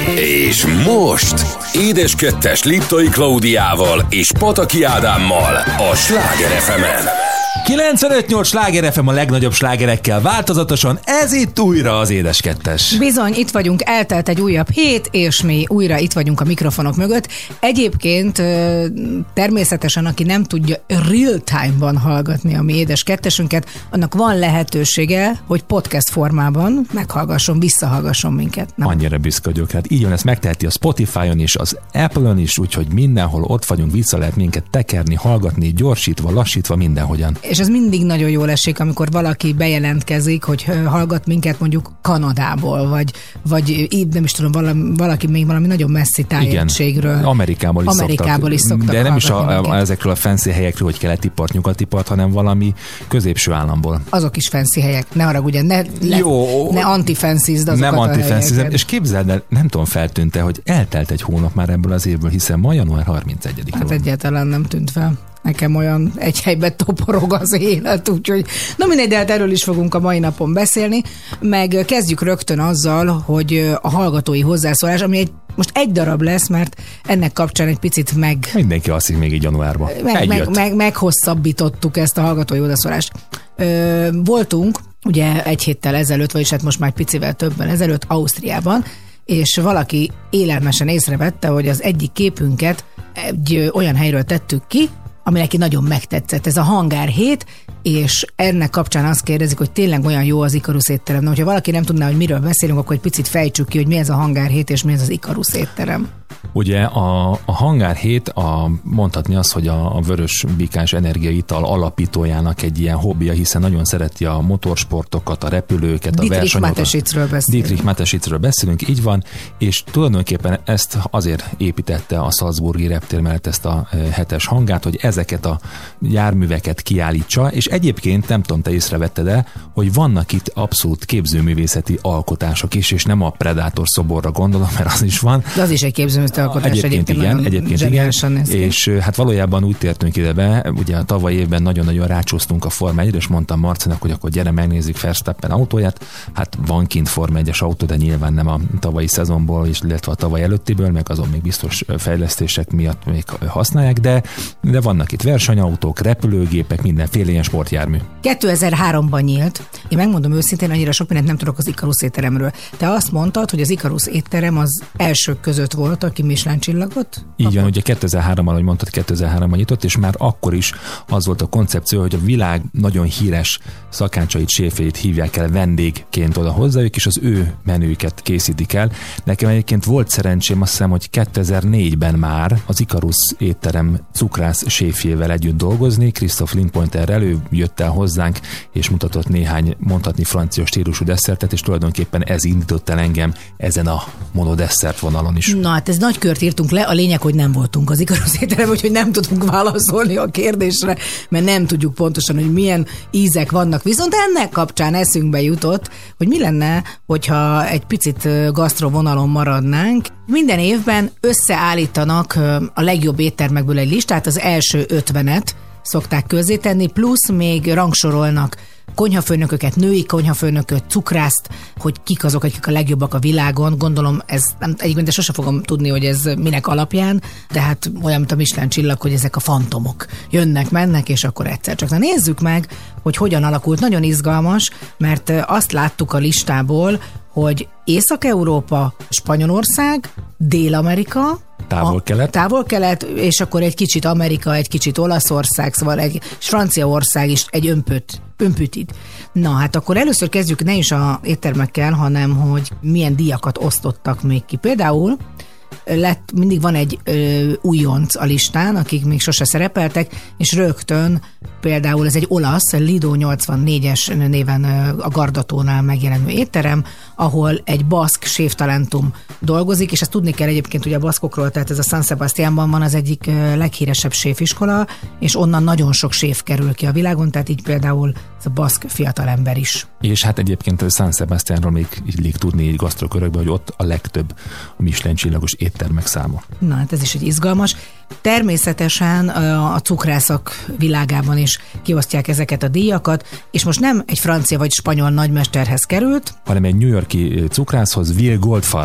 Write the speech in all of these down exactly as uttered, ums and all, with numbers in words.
És most Édes Kettes Liptai Klaudiával és Pataki Ádámmal a Sláger ef emen. kilencvenöt nyolc Sláger ef em a legnagyobb slágerekkel változatosan, ez itt újra az Édes Kettes. Bizony, itt vagyunk, eltelt egy újabb hét, és mi újra itt vagyunk a mikrofonok mögött. Egyébként természetesen, aki nem tudja real time-ban hallgatni a mi Édes Kettesünket, annak van lehetősége, hogy podcast formában meghallgasson, visszahallgasson minket. Nem? Annyira büszke vagyok, hát így van, ezt megteheti a Spotify-on is, az Apple-on is, úgyhogy mindenhol ott vagyunk, vissza lehet minket tekerni, hallgatni, gyorsítva, lassítva, mindenhogyan. És ez mindig nagyon jól esik, amikor valaki bejelentkezik, hogy hallgat minket mondjuk Kanadából, vagy, vagy nem is tudom, valami, valaki még valami nagyon messzi tájegységről. Igen, Amerikából is Amerikából szoktak. Is szoktak de nem is a, a, ezekről a fancy helyekről, hogy keleti part, nyugati part, hanem valami középső államból. Azok is fancy helyek, ne haragudj, ne, le, Jó, ne anti-fancyzd azokat nem a anti-fancyzem, és képzeld el, nem tudom, feltűnte, hogy eltelt egy hónap már ebből az évből, hiszen ma január harmincegyedike Hát van. egyáltalán nem tűnt fel. Nekem olyan egy helyben toporog az élet, úgyhogy na mindegy, de hát erről is fogunk a mai napon beszélni, meg kezdjük rögtön azzal, hogy a hallgatói hozzászólás, ami egy, most egy darab lesz, mert ennek kapcsán egy picit meg... Mindenki alszik még így januárban. Meg, meg, meg, meghosszabbítottuk ezt a hallgatói hozzászólást. Ö, voltunk, ugye egy héttel ezelőtt, vagyis hát most már egy picivel többen ezelőtt Ausztriában, és valaki élelmesen észrevette, hogy az egyik képünket egy olyan helyről tettük ki, ami neki nagyon megtetszett. Ez a Hangár hét, és ennek kapcsán azt kérdezik, hogy tényleg olyan jó az Ikarus étterem. Na, hogyha valaki nem tudná, hogy miről beszélünk, akkor egy picit fejtsük ki, hogy mi ez a Hangár hét, és mi ez az Ikarus étterem. Ugye a, a Hangár hét, a, mondhatni azt, hogy a, a Vörös Bikás energiaital alapítójának egy ilyen hobbija, hiszen nagyon szereti a motorsportokat, a repülőket, Dietrich a versenyokat. Matesiczről beszélünk. Dietrich Matesiczről beszélünk, így van, és tulajdonképpen ezt azért építette a Salzburgi reptér mellett ezt a hetes hangát, hogy ezeket a járműveket kiállítsa, és egyébként nem tudom, te észrevetted-e, hogy vannak itt abszolút képzőművészeti alkotások is, és nem a Predator szoborra gondolom, mert az is van. De az is egy képzőművészeti alkotás. Egyébként, egyébként igen, egyébként igen, és hát valójában úgy tértünk ide be, ugye a tavalyi évben nagyon-nagyon rácsúsztunk a Forma egyre, és mondtam Marcinak, hogy akkor gyere, megnézzük Verstappen autóját. Hát van kint Forma egyes autó, de nyilván nem a tavalyi szezonból, és illetve a tavaly előttiből, meg azon még biztos fejlesztések miatt még használják, de, de vannak itt versenyautók, repülőgépek, mindenféle ilyen sportjármű. kétezer-háromban nyílt. Én megmondom őszintén, annyira sok mindent nem tudok az Ikarus étteremről. Te azt mondtad, hogy az Ikarus étterem az elsők között volt, aki Michelin csillagot? Így Akkor... van, ugye kétezer-háromban, ahogy mondtad, kétezer-háromban nyitott, és már akkor is az volt a koncepció, hogy a világ nagyon híres szakácsait, séfjeit hívják el vendégként oda hozzájuk, és az ő menüket készítik el. Nekem egyébként volt szerencsém, azt hiszem, hogy kétezer-négyben már az Ikarus étterem cukrász séfjével együtt dolgozni. Christoph Lindpointerrel, ő jött el hozzánk, és mutatott néhány, mondhatni francia stílusú desszertet, és tulajdonképpen ez indított el engem ezen a monodesszert vonalon is. Na hát ez nagy kört írtunk le, a lényeg, hogy nem voltunk az Ikarus étterem, úgyhogy nem tudunk válaszolni a kérdésre, mert nem tudjuk pontosan, hogy milyen ízek vannak. Viszont ennek kapcsán eszünkbe jutott, hogy mi lenne, hogyha egy picit gasztrovonalon maradnánk. Minden évben összeállítanak a legjobb éttermekből egy listát, az első ötvenet szokták közzétenni, plusz még rangsorolnak konyhafőnököket, női konyhafőnököt, cukrászt, hogy kik azok, akik a legjobbak a világon. Gondolom, ez nem, egyébként de sose fogom tudni, hogy ez minek alapján, de hát olyan, mint a Michelin csillag, hogy ezek a fantomok jönnek, mennek, és akkor egyszer csak. Na nézzük meg, hogy hogyan alakult. Nagyon izgalmas, mert azt láttuk a listából, hogy Észak-Európa, Spanyolország, Dél-Amerika, Távol-kelet. Távol-kelet, és akkor egy kicsit Amerika, egy kicsit Olaszország, szóval egy Franciaország is egy önpöt, önpütid. Na hát akkor először kezdjük ne is a éttermekkel, hanem hogy milyen díjakat osztottak még ki. Például lett, mindig van egy ö, újonc a listán, akik még sose szerepeltek, és rögtön például ez egy olasz, Lido nyolcvannégyes néven ö, a Gardatónál megjelenő étterem, ahol egy baszk séftalentum dolgozik, és ezt tudni kell egyébként ugye a baszkokról, tehát ez a San Sebastiánban van az egyik ö, leghíresebb séfiskola, és onnan nagyon sok séf kerül ki a világon, tehát így például ez a baszk fiatalember is. És hát egyébként San Sebastiánról még illik tudni így gasztrokörökben, hogy ott a legtöbb a Michelin csillagos éttermek száma. Na hát ez is egy izgalmas. Természetesen a cukrászok világában is kiosztják ezeket a díjakat, és most nem egy francia vagy spanyol nagymesterhez került, hanem egy New York-i cukrászhoz, Will Goldfarb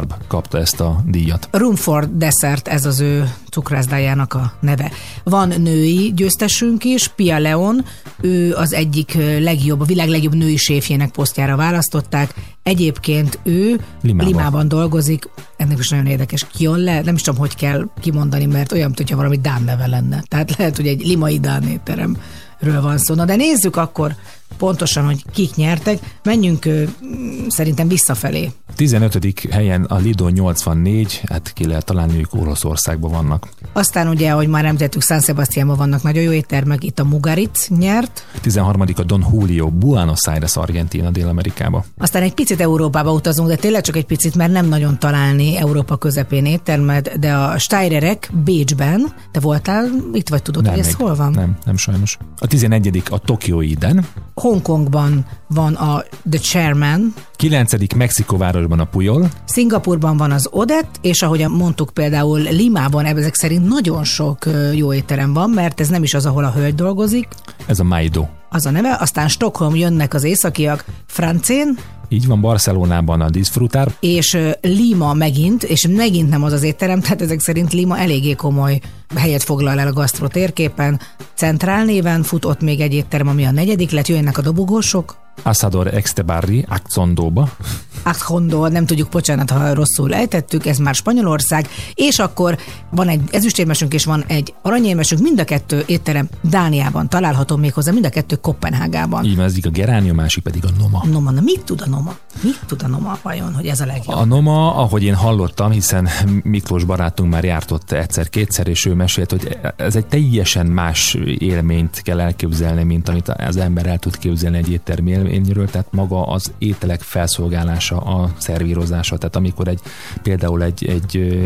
kapta ezt a díjat. Room for Dessert, ez az ő cukrászdájának a neve. Van női győztesünk is, Pia Leon, ő az egyik legjobb, a világ legjobb női séfjének posztjára választották. Egyébként ő Limában, Limában dolgozik, ennek is nagyon érdekes. Kjolle, nem is tudom, hogy kell kimondani, mert olyan, hogyha valami dán neve lenne. Tehát lehet, hogy egy limai dán étteremről van szó. Na de nézzük akkor pontosan, hogy kik nyertek. Menjünk szerintem visszafelé. tizenötödik helyen a Lido nyolcvannégy, hát ki lehet találni, ők Oroszországban vannak. Aztán ugye, ahogy már említettük, San Sebastiánban vannak nagyon jó éttermek, itt a Mugaritz nyert. tizenharmadik a Don Julio, Buenos Aires, Argentína, Dél-Amerikába. Aztán egy picit Európába utazunk, de tényleg csak egy picit, mert nem nagyon találni Európa közepén éttermet, de a Steirerek Bécsben, te voltál itt, vagy tudod, nem, hogy ez még. hol van? Nem, nem sajnos. A tizenegyedik a Tokyo Eden. Hongkongban van a The Chairman. kilencedik Mexikóvárosban a Pujol. Szingapurban van az Odette, és ahogyan mondtuk például Limában, ezek szerint nagyon sok jó étterem van, mert ez nem is az, ahol a hölgy dolgozik. Ez a Maido. Az a neve, aztán Stockholm jönnek az északiak, Francén. Így van, Barcelonában a Disfrutar. És Lima megint, és megint nem az az étterem, tehát ezek szerint Lima eléggé komoly helyet foglal el a gasztro térképen. Centrál néven fut ott még egy étterem, ami a negyedik lett, jöjjenek a dobogósok. Asador Extebarri, Akcondóba. Akcondó, nem tudjuk, bocsánat, ha rosszul ejtettük, ez már Spanyolország, és akkor van egy ezüstérmesünk, és van egy aranyérmesünk, mind a kettő étterem Dániában található, méghozzá mind a kettő Koppenhágában. Így van, ez a Geránium, másik pedig a Noma. Noma, na mit tud a Noma? Mit tud a Noma vajon, hogy ez a legjobb? A Noma, ahogy én hallottam, hiszen Miklós barátunk már járt ott egyszer-kétszer, és ő mesélt, hogy ez egy teljesen más élményt kell elképzelni, mint amit az ember el tud képzelni egy éttermi élményről, tehát maga az ételek felszolgálása, a szervírozása, tehát amikor egy például egy, egy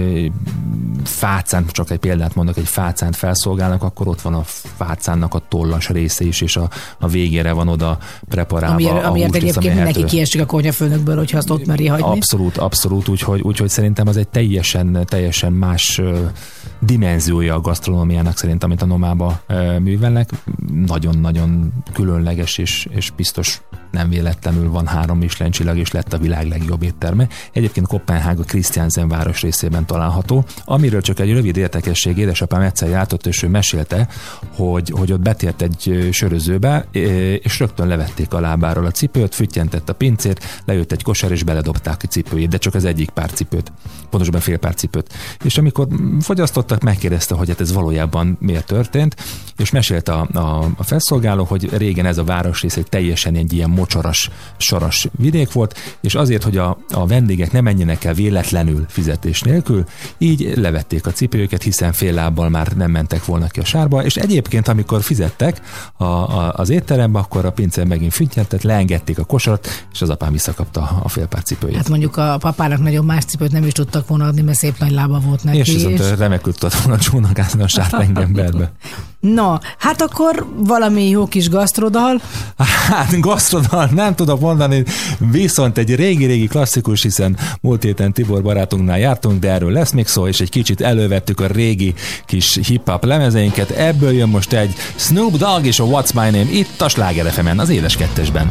fácán, csak egy példát mondok, egy fácánt felszolgálnak, akkor ott van a fácánnak a tollas része is, és a, a végére van oda preparálva Amiért, a amiért húsrész, egyébként mindenki kiesik a konyhafőnökből, hogyha azt ott meri hagyni. Abszolút, abszolút, úgyhogy, úgyhogy szerintem az egy teljesen, teljesen más dimenziója a gasztronómiának szerintem, amit a Nomába művelnek. Nagyon-nagyon különleges, és, és biztos nem véletlenül van három Michelin csillag, és lett a világ legjobb étterme. Egyébként Koppenhága Kristiansen város részében található, amiről csak egy rövid érdekesség, édesapám egyszer járt, és ő mesélte, hogy, hogy ott betért egy sörözőbe, és rögtön levették a lábáról a cipőt, füttyentett a pincért, lejött egy kosár, és beledobták a cipőjét, de csak az egyik pár cipőt, pontosabban fél pár cipőt. És amikor fogyasztottak, megkérdezte, hogy hát ez valójában miért történt, és mesélte a, a, a felszolgáló, hogy régen ez a városrész egy teljesen egy ilyen mocsaras, saras vidék volt, és azért, hogy a, a vendégek ne menjenek el véletlenül fizetés nélkül, így levették a cipőjüket, hiszen fél lábbal már nem mentek volna ki a sárba, és egyébként, amikor fizettek a, a, az étterembe, akkor a pincér megint füttyentett, leengedték a kosarat, és az apám visszakapta a fél pár cipőjét. Hát mondjuk a papának nagyon más cipőt nem is tudtak volna adni, mert szép nagy lába volt neki. És viszont és... remekül tudott volna csónakázni a sárlengemberbe. No, hát akkor valami jó kis gasztrodal. Hát gasztrodal nem tudok mondani, viszont egy régi-régi klasszikus, hiszen múlt héten Tibor barátunknál jártunk, de erről lesz még szó, és egy kicsit elővettük a régi kis hip-hop lemezeinket. Ebből jön most egy Snoop Dogg és a What's My Name itt a Sláger ef emen, az Édes Kettesben.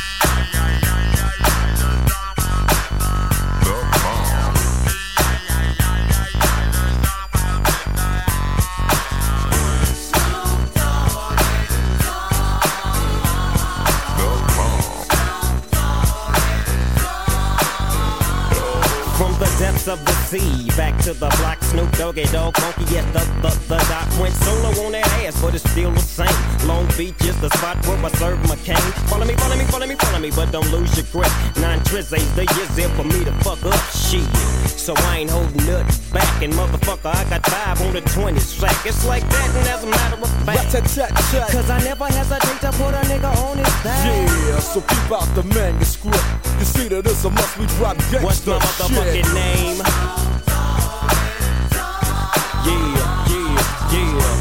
Of the sea, back to the block, Snoop Doggy Dogg, funky, yes, the, the, the doc went solo on that ass, but it's still the same. Long Beach is the spot where I serve my cane. Follow me, follow me, follow me, follow me, but don't lose your grip. Nine tris ain't the years there for me to fuck up shit. So I ain't holding nothing back, and motherfucker, I got five on the twenty sack. It's like that, and as a matter of fact, cause I never hesitate to put a nigga on his back. Yeah, so keep out the manuscript. You see that it's a must we drop gangsta. What's my motherfucking shit. name? Yeah, yeah, yeah.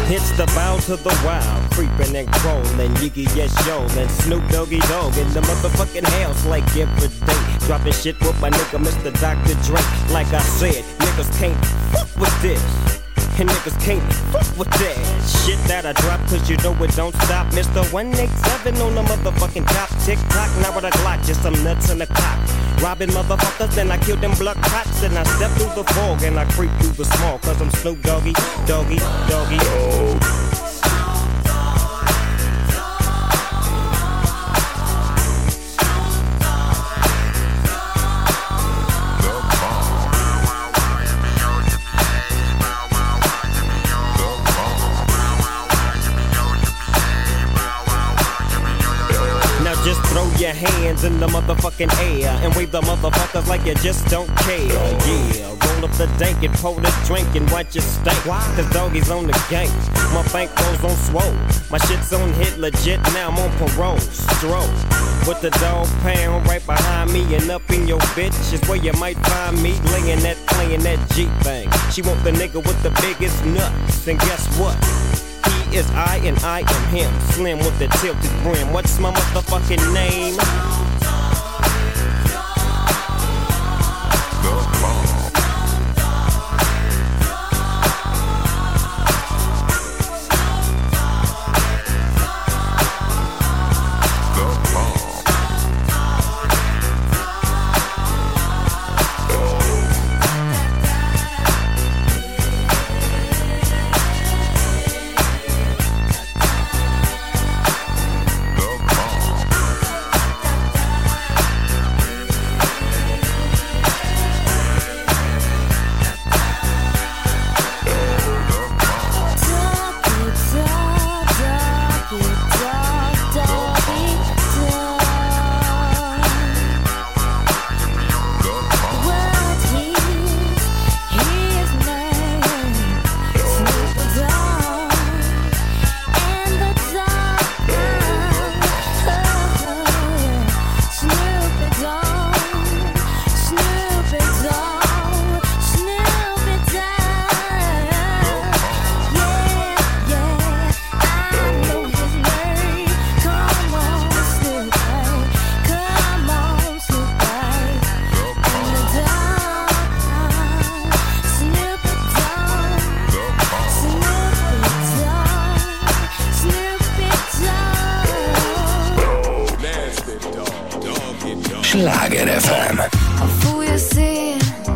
Hits the bow to the wild, creeping and crawling, Yiggy yes yo, and Snoop Doggy Dogg in the motherfucking house like every day. Dropping shit with my nigga Mister Doctor Dre. Like I said, niggas can't fuck with this. And niggas can't fuck with that shit that I drop, cause you know it don't stop. Mister one eighty-seven on the motherfucking top. Tick tock, now with a Glock, just some nuts in the cock. Robbing motherfuckers, then I kill them blood cops. And I step through the fog and I creep through the smog, cause I'm Snoop Doggy, Doggy, Doggy. Oh. Just throw your hands in the motherfucking air and wave the motherfuckers like you just don't care. Yeah, roll up the dank and pour the drink and watch it stink. Cause doggies on the gang. My bank goes on swole. My shit's on hit legit, now I'm on parole. Stroll with the dog pound right behind me and up in your bitch is where you might find me laying that, playing that G thing. She want the nigga with the biggest nuts, and guess what? He is I and I am him. Slim with the tilted brim. What's my motherfucking name? Sláger ef em. Ha fúj a szél,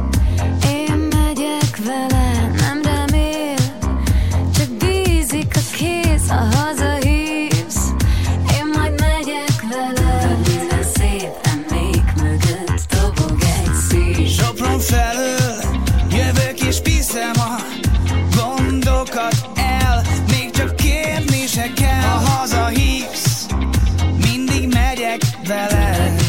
én megyek vele, nem remél, csak bízik a kéz, ha hazahívsz, én majd megyek vele. Minden szép emlék mögött dobog egy szív. Sopron felől jövök és viszem a gondokat el, még csak kérni se kell. Ha hazahívsz, mindig megyek vele.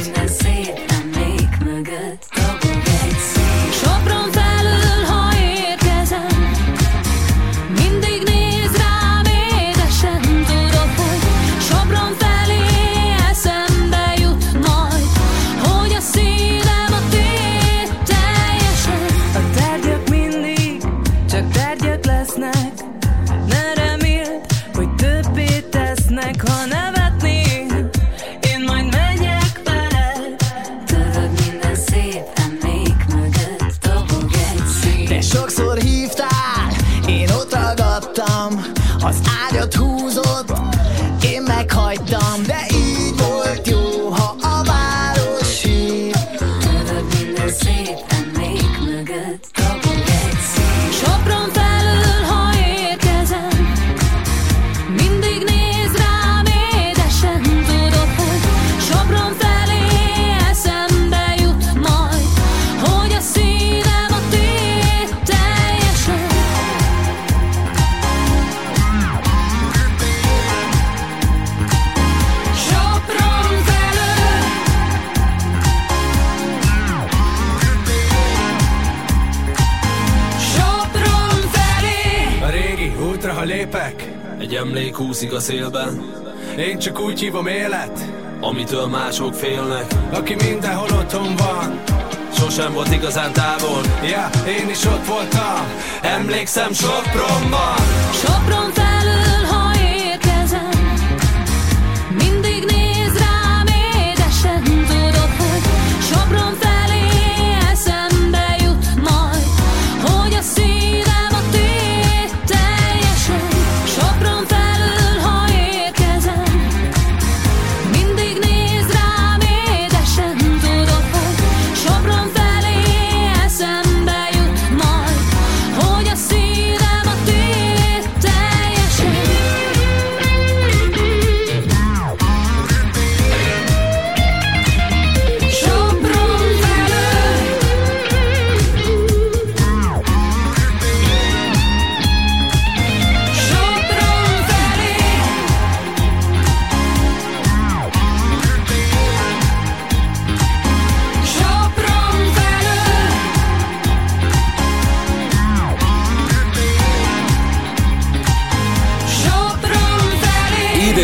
Sopron felül, ha érkezem, mindig néz rám édesen. Tudod, hogy Sopron felé eszembe jut majd, hogy a szívem a tiéd teljesen. A tárgyak mindig csak tárgyak lesznek, ne reméld, hogy többé tesznek. Ha nevetnél, én majd megyek veled. Tudod, minden szép emlék mögött dobog egy szív. De sokszor hívtál, én ott ragadtam, az ágyat húzott, én meghagytam, de így volt jó, ha a város sír. Tudod, minden szép emlék mögött dobog egy szív. Sopron felül, ha érkezem, mindig néz rám édesen. Tudod, hogy Sopron felé eszembe jut majd, hogy a szívem a tiéd teljesen. Sopron felől. Sopron felé. A régi útra, ha lépek, egy emlék úszik a szélben. Én csak úgy hívom élet, amitől mások félnek. Aki mindenhol otthon van, sosem volt igazán távol. Ja, én is ott voltam, emlékszem Sopronban. Sopron felé.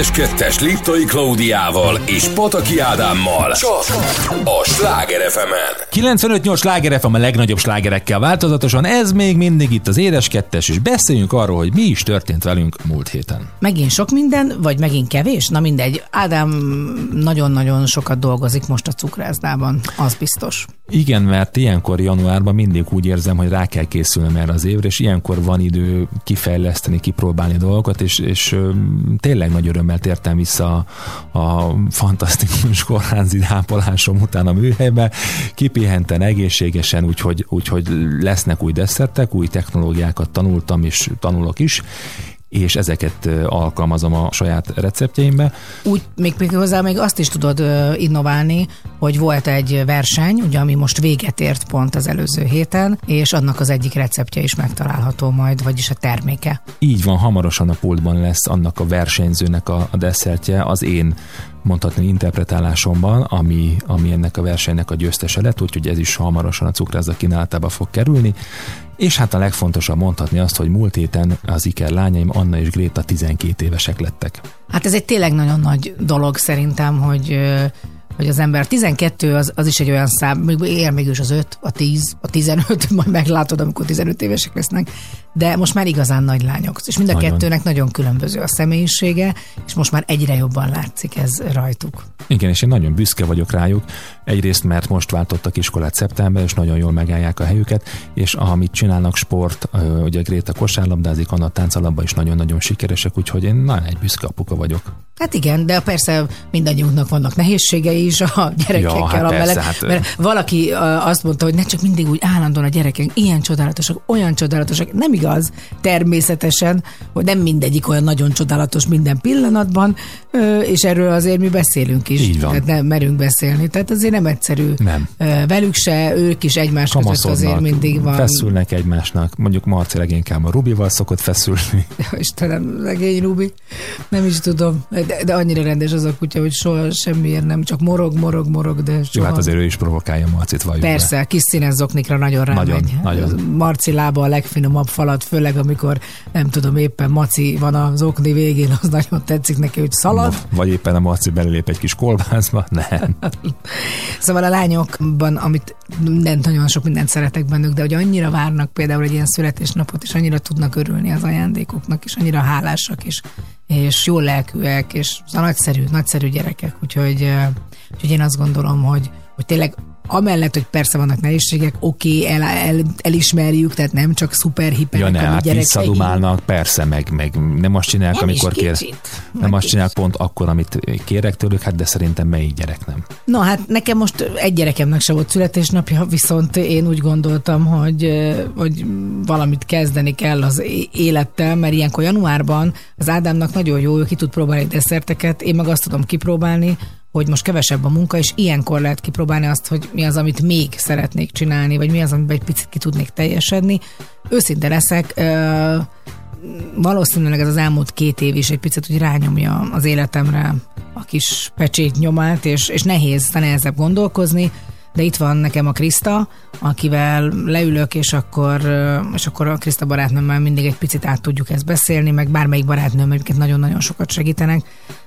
Édes Kettes Liptai Klaudiával és Pataki Ádámmal csak a Sláger ef emen. kilencvenöt nyolc Sláger ef em a legnagyobb slágerekkel változatosan, ez még mindig itt az Édes Kettes, és beszéljünk arról, hogy mi is történt velünk múlt héten. Megint sok minden, vagy megint kevés? Na mindegy. Ádám nagyon-nagyon sokat dolgozik most a cukrászdában, az biztos. Igen, mert ilyenkor januárban mindig úgy érzem, hogy rá kell készülnöm erre az évre, és ilyenkor van idő kifejleszteni, kipróbálni dolgokat, és, és tényleg nagy örömmel tértem vissza a, a fantasztikus kórházi ápolásom után a műhelybe, kipihenten, egészségesen, úgyhogy, úgyhogy lesznek új desszertek, új technológiákat tanultam, és tanulok is, és ezeket alkalmazom a saját receptjeimbe. Úgy még, még hozzá még azt is tudod uh, innoválni, hogy volt egy verseny, ugye, ami most véget ért pont az előző héten, és annak az egyik receptje is megtalálható majd, vagyis a terméke. Így van, hamarosan a pultban lesz annak a versenyzőnek a, a desszertje, az én mondhatni interpretálásomban, ami, ami ennek a versenynek a győztese lett, úgyhogy ez is hamarosan a cukrászda kínálatába fog kerülni. És hát a legfontosabb mondhatni azt, hogy múlt héten az Iker lányaim, Anna és Gréta tizenkét évesek lettek. Hát ez egy tényleg nagyon nagy dolog szerintem, hogy hogy az ember tizenkettő az, az is egy olyan szám, ér még is az öt, a tíz, a tizenöt, majd meglátod, amikor tizenöt évesek lesznek, de most már igazán nagy lányok. És mind a nagyon. kettőnek nagyon különböző a személyisége, és most már egyre jobban látszik ez rajtuk. Igen, és én nagyon büszke vagyok rájuk. Egyrészt, mert most váltottak iskolát szeptemberben, és nagyon jól megállják a helyüket, és amit csinálnak sport, ugye Gréta kosárlabdázik, Anna táncalapban is nagyon-nagyon sikeresek, úgyhogy én nagyon egy büszke apuka vagyok. Hát igen, de persze mindannyiunknak vannak nehézségei is a gyerekekkel, ja, hát amellett, persze, hát mert valaki azt mondta, hogy ne csak mindig úgy állandóan a gyerekek ilyen csodálatosak, olyan csodálatosak, nem igaz, természetesen, hogy nem mindegyik olyan nagyon csodálatos minden pillanatban, és erről azért mi beszélünk is. Így van. Tehát nem merünk beszélni, tehát azért nem egyszerű. Nem. Velük se, ők is egymás között azért mindig van. Feszülnek egymásnak, mondjuk Marci leginkább a Rubival szokott feszülni. Istenem, legény Rubi, nem is tudom, de, de annyira rendes az a kutya, hogy soha semmiért nem, csak morog, morog, morog, de soha. Jó, hát azért ő is provokálja Marcit, valljuk be. Persze, kis színes zoknikra nagyon rámegy. Nagyon, nagyon. Marci lába a legfinomabb falat, főleg amikor nem tudom, éppen Maci van az zokni végén, az nagyon tetszik neki, hogy szalad. Vagy éppen a Marci belelép egy kis kolbászba, nem. Szóval a lányokban, amit mindent, nagyon sok mindent szeretek bennük, de hogy annyira várnak például egy ilyen születésnapot, és annyira tudnak örülni az ajándékoknak, és annyira hálásak, és, és jó lelkűek, és nagyszerű, nagyszerű gyerekek, úgyhogy, úgyhogy én azt gondolom, hogy, hogy tényleg amellett, hogy persze vannak nehézségek, oké, el, el, elismerjük, tehát nem csak szuper hiperek, ja, ne, a hát gyerekei. Visszadumálnak, persze, meg, meg nem azt csinálják, nem amikor kér. Nem azt csinálják pont akkor, amit kérek tőlük, hát de szerintem melyik gyerek nem. No, hát nekem most egy gyerekemnek se volt születésnapja, viszont én úgy gondoltam, hogy, hogy valamit kezdeni kell az élettel, mert ilyenkor januárban az Ádámnak nagyon jó, ő ki tud próbálni desszerteket, én meg azt tudom kipróbálni, hogy most kevesebb a munka, és ilyenkor lehet kipróbálni azt, hogy mi az, amit még szeretnék csinálni, vagy mi az, amiben egy picit ki tudnék teljesedni. Őszinte leszek, ö, valószínűleg ez az elmúlt két év is egy picit úgy rányomja az életemre a kis pecsét nyomát, és, és nehéz, nehezebb gondolkozni, de itt van nekem a Kriszta, akivel leülök, és akkor, és akkor a Kriszta barátnőmmel mindig egy picit át tudjuk ezt beszélni, meg bármelyik barátnőm, amiket nagyon-nagyon sokat segítenek,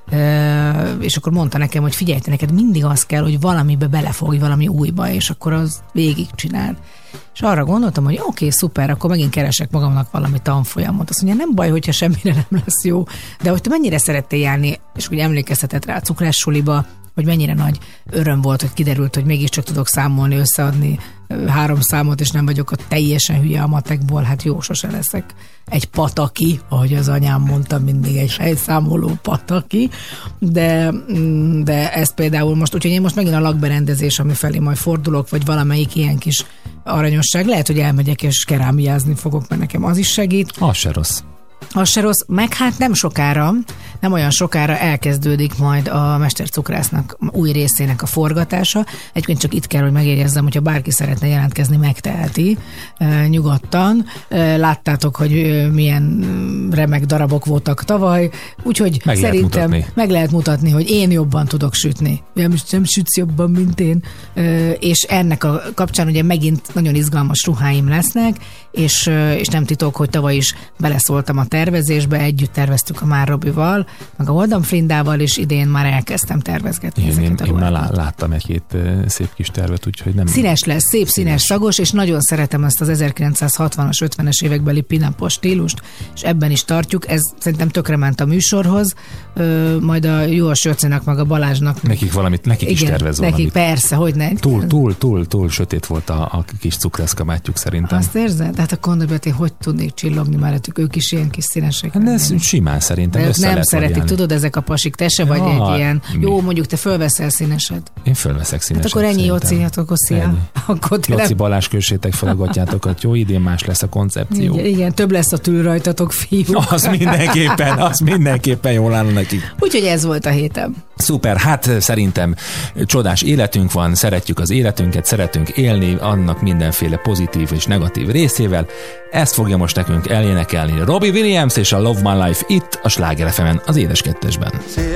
és akkor mondta nekem, hogy figyelj, te neked mindig az kell, hogy valamibe belefogj, valami újba, és akkor az végig csináld. És arra gondoltam, hogy oké, okay, szuper, akkor megint keresek magamnak valami tanfolyamot. Azt mondja, nem baj, hogyha semmire nem lesz jó, de hogy te mennyire szerettél járni, és úgy emlékeztetett rá a cukrássuliba, hogy mennyire nagy öröm volt, hogy kiderült, hogy mégiscsak tudok számolni, összeadni három számot, és nem vagyok a teljesen hülye a matekból, hát jó, sose leszek egy pataki, ahogy az anyám mondta, mindig egy fejszámoló pataki, de, de ez például most, úgyhogy én most megint a lakberendezés, ami felé majd fordulok, vagy valamelyik ilyen kis aranyosság, lehet, hogy elmegyek és kerámiázni fogok, mert nekem az is segít. Az se rossz. Az se rossz, meg hát nem sokára, nem olyan sokára elkezdődik majd a Mestercukrásznak új részének a forgatása. Egyébként csak itt kell, hogy megjegyezzem, hogyha bárki szeretne jelentkezni, megteheti e, nyugodtan. E, láttátok, hogy e, milyen remek darabok voltak tavaly, úgyhogy meg szerintem lehet meg lehet mutatni, hogy én jobban tudok sütni. Nem, nem sütsz jobban, mint én. E, és ennek a kapcsán ugye megint nagyon izgalmas ruháim lesznek, és, és nem titok, hogy tavaly is beleszóltam a tervezésbe, együtt terveztük a Már Robival, meg a Oldham Frindával, és idén már elkezdtem tervezgetni Én, ezeket én, a én már ruhákat. láttam egy-két uh, szép kis tervet, úgyhogy nem... Színes lesz, szép színes, szagos, és nagyon szeretem ezt az ezerkilencszázhatvanas, ötvenes évekbeli pin-upos stílust, és ebben is tartjuk. Ez szerintem tökre ment a műsorhoz, Ö, majd a Jós Jocinak, meg a Balázsnak. Nekik valamit, nekik igen, is tervez valamit. nekik persze, hogy ne. Túl, túl, túl, túl sötét volt a, a kis cukrászkabátjuk szerintem. Azt érzed? Hát akkor gondolj, hogy hogy tudnék csillogni már, hát ők is ilyen kis színesek. Hát de ez simán szerintem de ők össze nem lehet szeretik, variálni. tudod, ezek a pasik, te se vagy Ja, egy ilyen. mi? Jó, mondjuk te fölveszel színeset. Én fölveszek színeset. Hát akkor ennyi szerintem. Jóci, hát akkor szia. Ennyi. Akkor te Jóci nem... Balázs kössétek fel a gatyátokat, jó, idén más lesz a koncepció. Igen, igen, több lesz a tül rajtatok, fiú. Az mindenképpen, az mindenképpen jól áll nekik. Úgyhogy ez volt a hétem. Szuper, hát szerintem csodás életünk van, szeretjük az életünket, szeretünk élni, annak mindenféle pozitív és negatív részével. Ezt fogja most nekünk elénekelni Robbie Williams és a Love My Life itt a Sláger ef emen, az Édes Kettesben.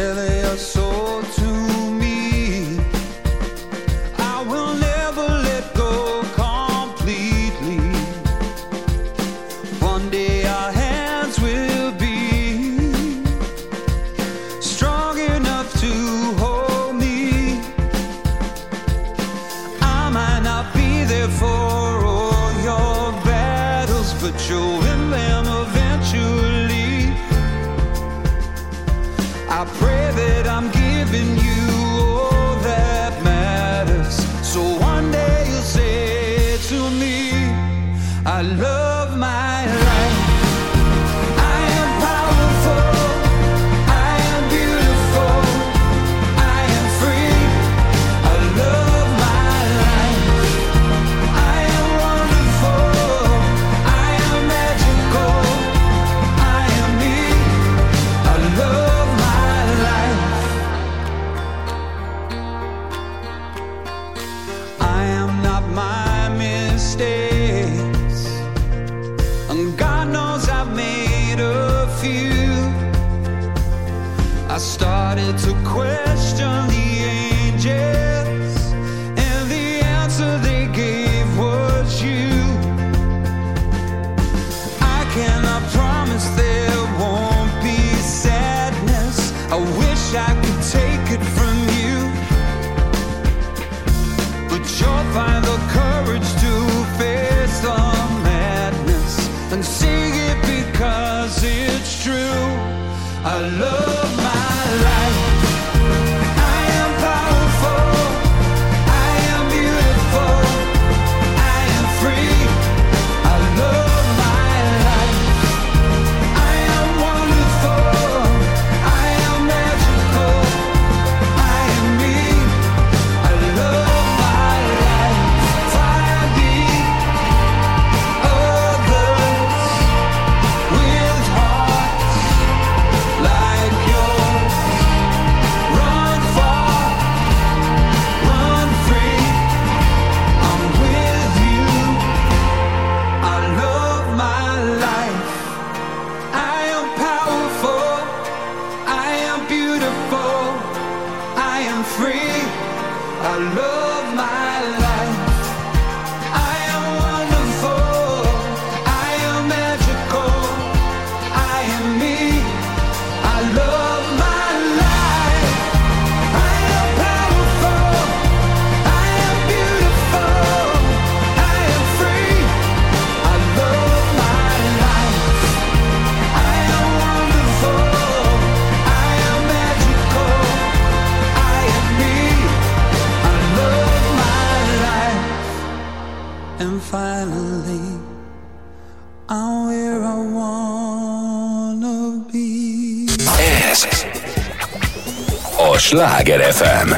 Sláger ef em.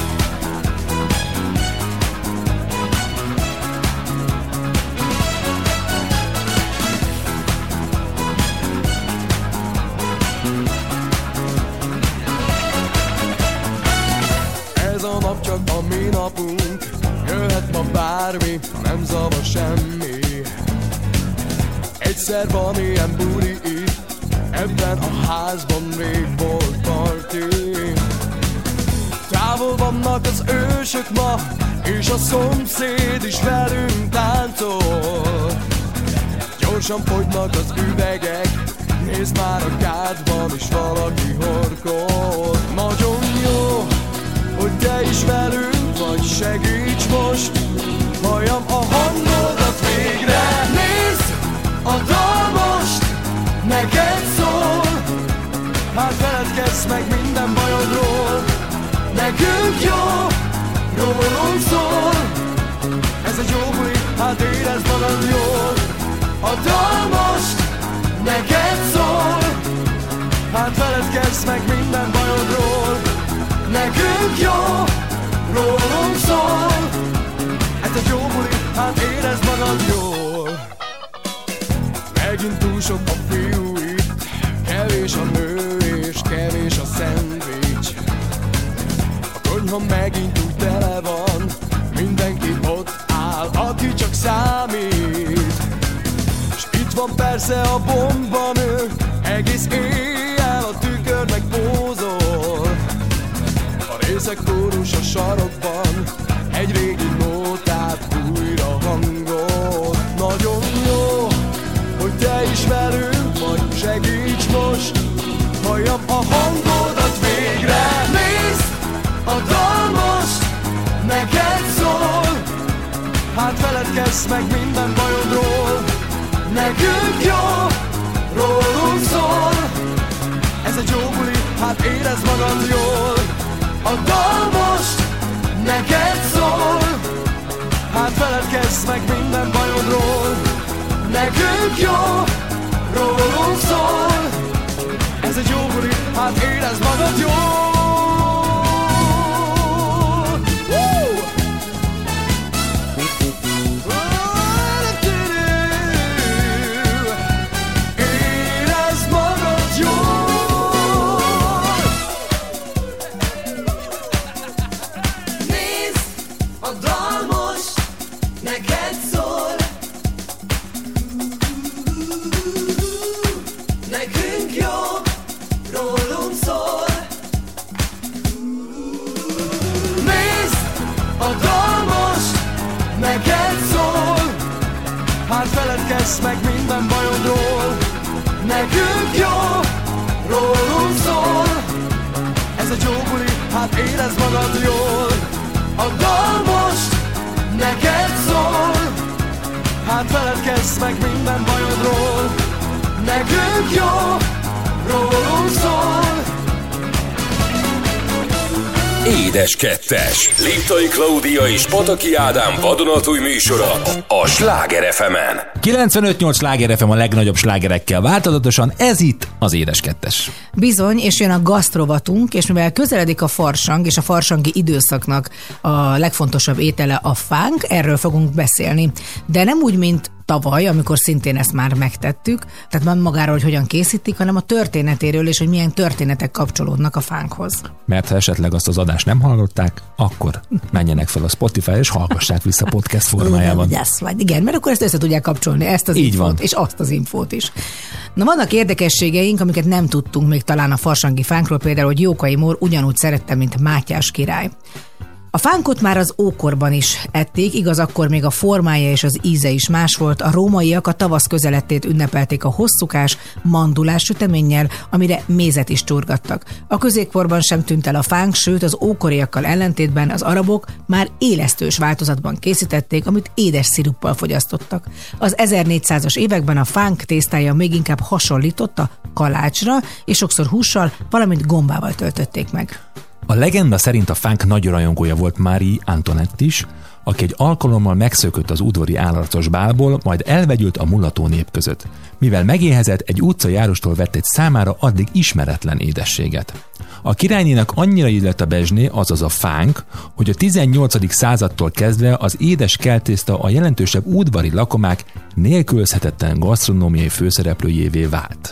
Ez a nap csak a mi napunk, jöhet ma bármi, nem zavar semmi. Egyszer van ilyen buli itt, ebben a házban még volt parti. Távol vannak az ősök ma, és a szomszéd is velünk táncol. Gyorsan fogynak az üvegek, Nézd már a kádban is valaki horkol. Nagyon jó, hogy te is velünk vagy, segíts most, halljam a hangodat végre. Nézd, a dal most neked szól, hát feledkezz meg minden bajodról. Nekünk jó, rólunk szól, ez egy jó buli, hát érezd magad jól. A dal most neked szól, hát feledkezz meg minden bajodról. Nekünk jó, rólunk szól, ez egy jó buli, hát érezd magad jól. Megint túl sok a fiú itt, kevés a nő és kevés a szendvics. A konyha megint úgy tele van, mindenki ott áll, aki csak számít. S itt van persze a bombanő, egész éjjel a tükörnek pózol. A részek kórus a sarokban, egy régi nótát újra hangol. Nagyon jó, hogy te is velünk vagy, segíts most, halljam a hangodat végre. Nézd, a dal most neked szól, hát feledkezz meg minden bajodról. Nekünk jó, rólunk szól, ez egy jó buli, hát érezd magad jól. A dal most neked szól, hát feledkezz meg minden bajodról. Nekünk jó, rólunk szól, ez egy jó buli, hát érezd magad jól. Feledkezz meg minden bajodról. Nekünk jó, rólunk szól, ez egy jó buli, hát érezd magad jól. A dal most neked szól, hát feledkezz meg minden bajodról. Nekünk jó, rólunk szól. Édes Kettes. Liptai Klaudia és Pataki Ádám vadonatúj műsora a Sláger ef emen. kilencvenöt nyolc Sláger ef em a legnagyobb slágerekkel változatosan, ez itt az Édes Kettes. Bizony, és jön a gasztrovatunk, és mivel közeledik a farsang, és a farsangi időszaknak a legfontosabb étele a fánk, erről fogunk beszélni. De nem úgy, mint tavaly, amikor szintén ezt már megtettük, tehát nem magáról, hogy hogyan készítik, hanem a történetéről, és hogy milyen történetek kapcsolódnak a fánkhoz. Mert ha esetleg azt az adást nem hallották, akkor menjenek fel a Spotify és hallgassák vissza podcast formájában. Yes, vagy igen, mert akkor ezt össze tudják kapcsolni, ezt az Így infót, van. és azt az infót is. Na, vannak érdekességeink, amiket nem tudtunk még talán a farsangi fánkról, például, hogy Jókai Mór ugyanúgy szerette, mint Mátyás király. A fánkot már az ókorban is ették, igaz, akkor még a formája és az íze is más volt. A rómaiak a tavasz közelettét ünnepelték a hosszúkás, mandulás süteménnyel, amire mézet is csurgattak. A középkorban sem tűnt el a fánk, sőt az ókoriakkal ellentétben az arabok már élesztős változatban készítették, amit édes sziruppal fogyasztottak. Az ezernégyszázas években a fánk tésztája még inkább hasonlított a kalácsra, és sokszor hússal, valamint gombával töltötték meg. A legenda szerint a fánk nagy rajongója volt Marie Antoinette is, aki egy alkalommal megszökött az udvari állarcos bálból, majd elvegyült a mulató nép között. Mivel megéhezett, egy utcai járostól vett egy számára addig ismeretlen édességet. A királynénak annyira illett a bezsné, azaz a fánk, hogy a tizennyolcadik századtól kezdve az édes keltészta a jelentősebb udvari lakomák nélkülözhetetlen gasztronómiai főszereplőjévé vált.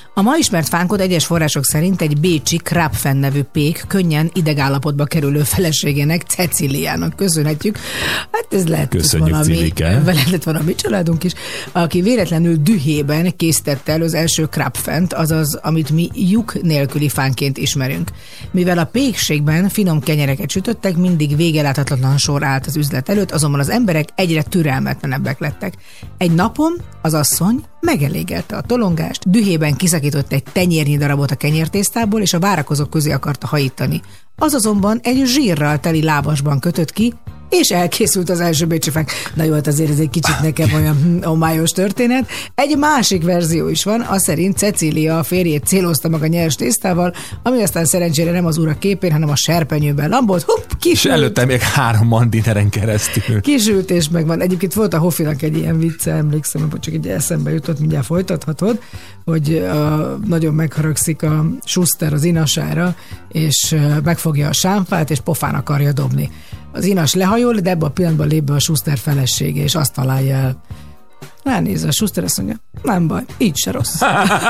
A ma ismert fánkot egyes források szerint egy bécsi Krapfen nevű pék könnyen idegállapotba kerülő feleségének, Ceciliának köszönhetjük. Hát ez lehet Köszönjük, valami, Cilike. lehet valami családunk is, aki véletlenül dühében készítette el az első Krapfent, azaz amit mi lyuk nélküli fánként ismerünk. Mivel a pékségben finom kenyereket sütöttek, mindig végeláthatatlan sor állt az üzlet előtt, azonban az emberek egyre türelmetlenebbek lettek. Egy napon az asszony megelégelte a tolongást, dühében kiszakított egy tenyérnyi darabot a kenyértésztából, és a várakozók közé akarta hajítani. Az azonban egy zsírral teli lábasban kötött ki, és elkészült az első bécsi fánk. Na jó, hát azért ez egy kicsit nekem olyan omályos történet. Egy másik verzió is van, az szerint Cecília a férjét célozta meg a nyers tésztával, ami aztán szerencsére nem az ura képén, hanem a serpenyőben lambolt. Hupp, kisült. És előtte még három mandineren keresztül. Kisült és megvan. Egyébként volt a Hofinak egy ilyen vicce, emlékszem, hogy csak egy eszembe jutott, mindjárt folytathatod, hogy uh, nagyon megharagszik a Schuster az inasára, és uh, megfogja a sámfát, és pofán akarja dobni. Az inas lehajol, de ebben a pillanatban lép be a Schuster felesége, és azt találja el. Ránézve a Schuster, azt mondja, nem baj, így se rossz.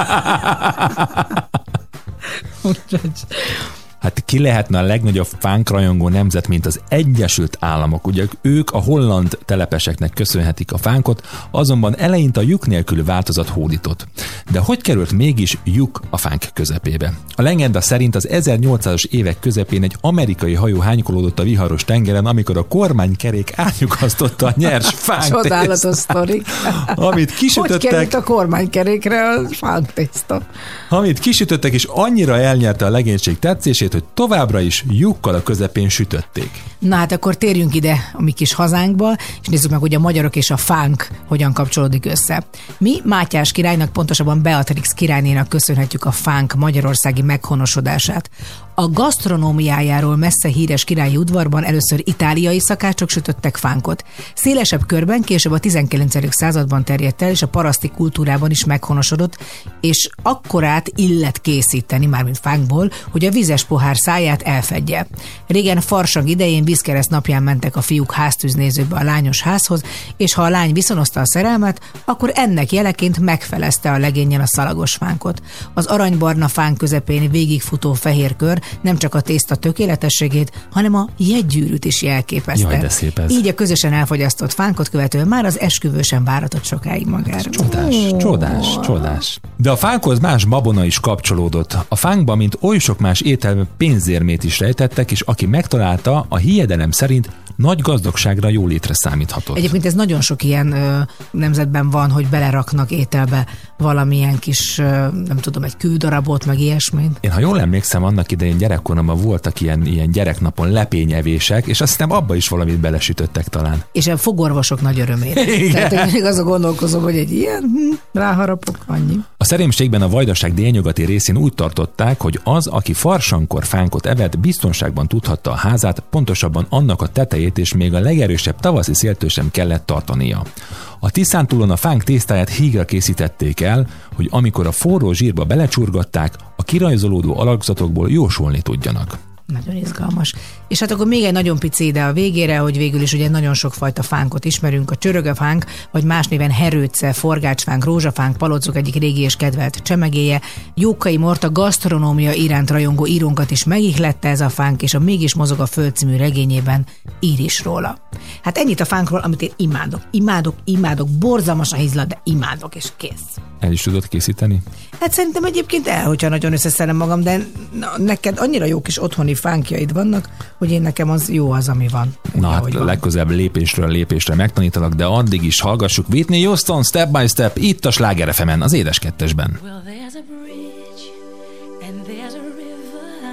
Hát ki lehetne a legnagyobb fánkrajongó nemzet, mint az Egyesült Államok. Ugye ők a holland telepeseknek köszönhetik a fánkot, azonban eleinte a lyuk nélküli változat hódított. De hogy került mégis lyuk a fánk közepébe? A legenda szerint az ezernyolcszázas évek közepén egy amerikai hajó hánykolódott a viharos tengeren, amikor a kormánykerék átnyugasztotta a nyers fánk. Csodálatos sztorik. Amit kisütöttek, hogy került a kormánykerékre a fánktészta? Amit kisütöttek, és annyira elnyerte a legénység tetszését, hogy továbbra is lyukkal a közepén sütötték. Na hát akkor térjünk ide a mi kis hazánkba, és nézzük meg, hogy a magyarok és a fánk hogyan kapcsolódik össze. Mi Mátyás királynak, pontosabban Beatrix királynénak köszönhetjük a fánk magyarországi meghonosodását. A gasztronómiájáról messze híres királyi udvarban először itáliai szakácsok sütöttek fánkot. Szélesebb körben később a tizenkilencedik században terjedt el, és a paraszti kultúrában is meghonosodott, és akkorát illet készíteni, mármint fánkból, hogy a vizes pohár száját elfedje. Régen farsang idején vízkereszt napján mentek a fiúk háztűznézőbe a lányos házhoz, és ha a lány viszonozta a szerelmet, akkor ennek jeleként megfelezte a legénnyel a szalagos fánkot. Az aranybarna fánk közepén végigfutó fehér kör nem csak a tészta tökéletességét, hanem a jegygyűrűt is jelképezte. Jaj, de szép ez. Így a közösen elfogyasztott fánkot követően már az esküvő sem váratott sokáig magára. Csodás, csodás, csodás. De a fánkhoz más babona is kapcsolódott. A fánkban, mint oly sok más ételben pénzérmét is rejtettek, és aki megtalálta, a hiedelem szerint nagy gazdagságra, jólétre számíthatott. Egyébként ez nagyon sok ilyen ö, nemzetben van, hogy beleraknak ételbe valamilyen kis, ö, nem tudom, egy kődarabot, meg ilyesmit. Én, ha jól emlékszem, annak idején gyerekkoromban voltak ilyen, ilyen gyereknapon lepényevések, és azt hiszem abba is valamit belesütöttek talán. És a fogorvosok nagy örömére. Tehát még azon gondolkozom, hogy egy ilyen hm, ráharapok, annyi. A szerémségben a Vajdaság délnyugati részén úgy tartották, hogy az, aki farsankor fánkot evett, biztonságban tudhatta a házát, pontosabban annak a tetejét, és még a legerősebb tavaszi széltől sem kellett tartania. A Tiszántúlon a fánk tésztáját hígra készítették el, hogy amikor a forró zsírba belecsurgatták, a kirajzolódó alakzatokból jósolni tudjanak. Nagyon izgalmas. És hát akkor még egy nagyon pici ide a végére, hogy végül is ugye nagyon sokfajta fánkot ismerünk. A csörögefánk, vagy más néven herőce, forgácsfánk, rózsafánk, paloccok egyik régi és kedvelt csemegéje. Jókai Morta gasztronómia iránt rajongó írónkat is megihlette ez a fánk, és a Mégis mozog a föld című regényében ír is róla. Hát ennyit a fánkról, amit én imádok. Imádok, imádok, borzalmasan hízlak, de imádok, és kész. El is tudod készíteni? Hát szerintem egyébként el, hogyha nagyon összeszedem magam, de neked annyira jó kis otthoni fánkjaid vannak, hogy én nekem az jó az, ami van. Na hát legközelebb lépésről lépésre megtanítalak, de addig is hallgassuk Whitney Houston Step by Step itt a Sláger ef emen, az Édes Kettesben. Well, there's a bridge and there's a river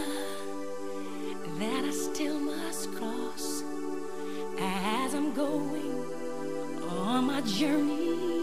that I still must cross as I'm going on my journey.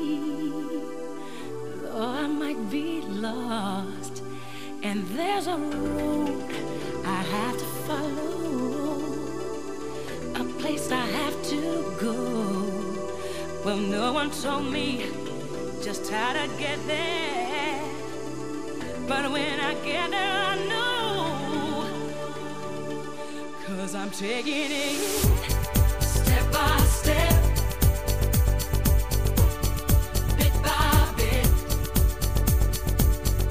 Though I might be lost, and there's a road I have to follow, a place I have to go. Well, no one told me just how to get there, but when I get there I know, 'cause I'm taking it step by step, bit by bit.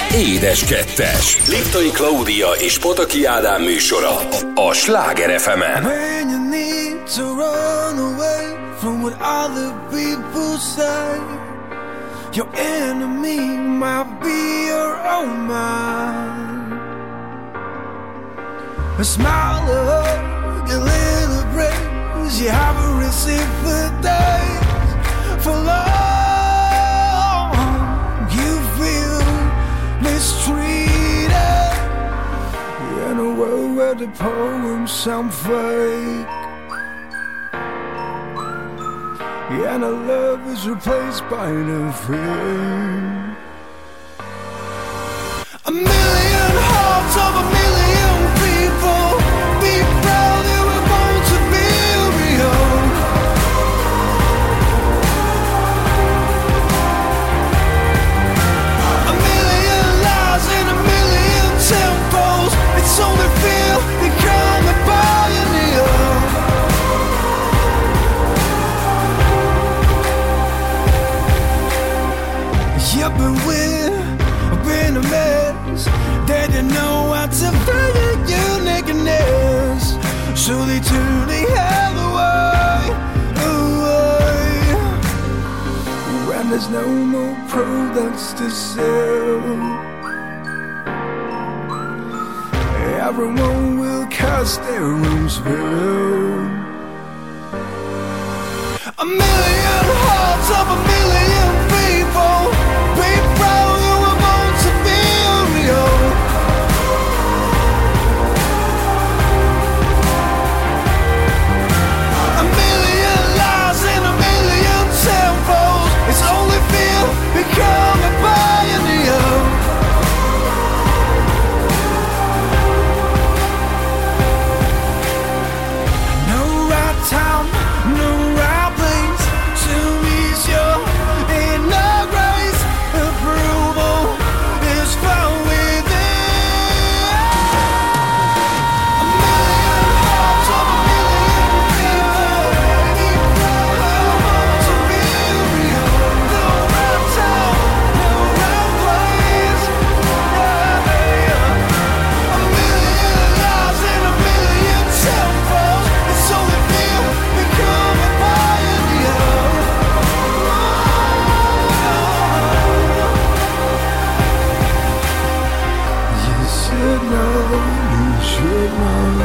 Édes Kettes. Liptai Klaudia és Pataki Ádám műsora a Sláger ef emen. When you need to run away from what other people say, your enemy might be your own mind. A smile, a hug, a little praise you haven't received for days. For long you feel mistreated in a world where the poems sound fake, and our love is replaced by nothing. A million hearts of a million people, be proud you were born to be real. A million lies in a million temples, it's only fear, become a pioneer. You've been weird, I've been a mess. They didn't know how to find your nakedness, so they turned the hell away, away. When there's no more products to sell, everyone will cast their own spell. A million hearts of a million people, be proud you were born to be real. A million lies in a million temples, it's only fear, become a pioneer. No right time, no right place to ease your inner grace. Approval is found within. A million hearts of a million people, be proud you want to be real. No right time, no right place. A million lives in a million temples, it's only fear, become a pioneer. You should know, you should know.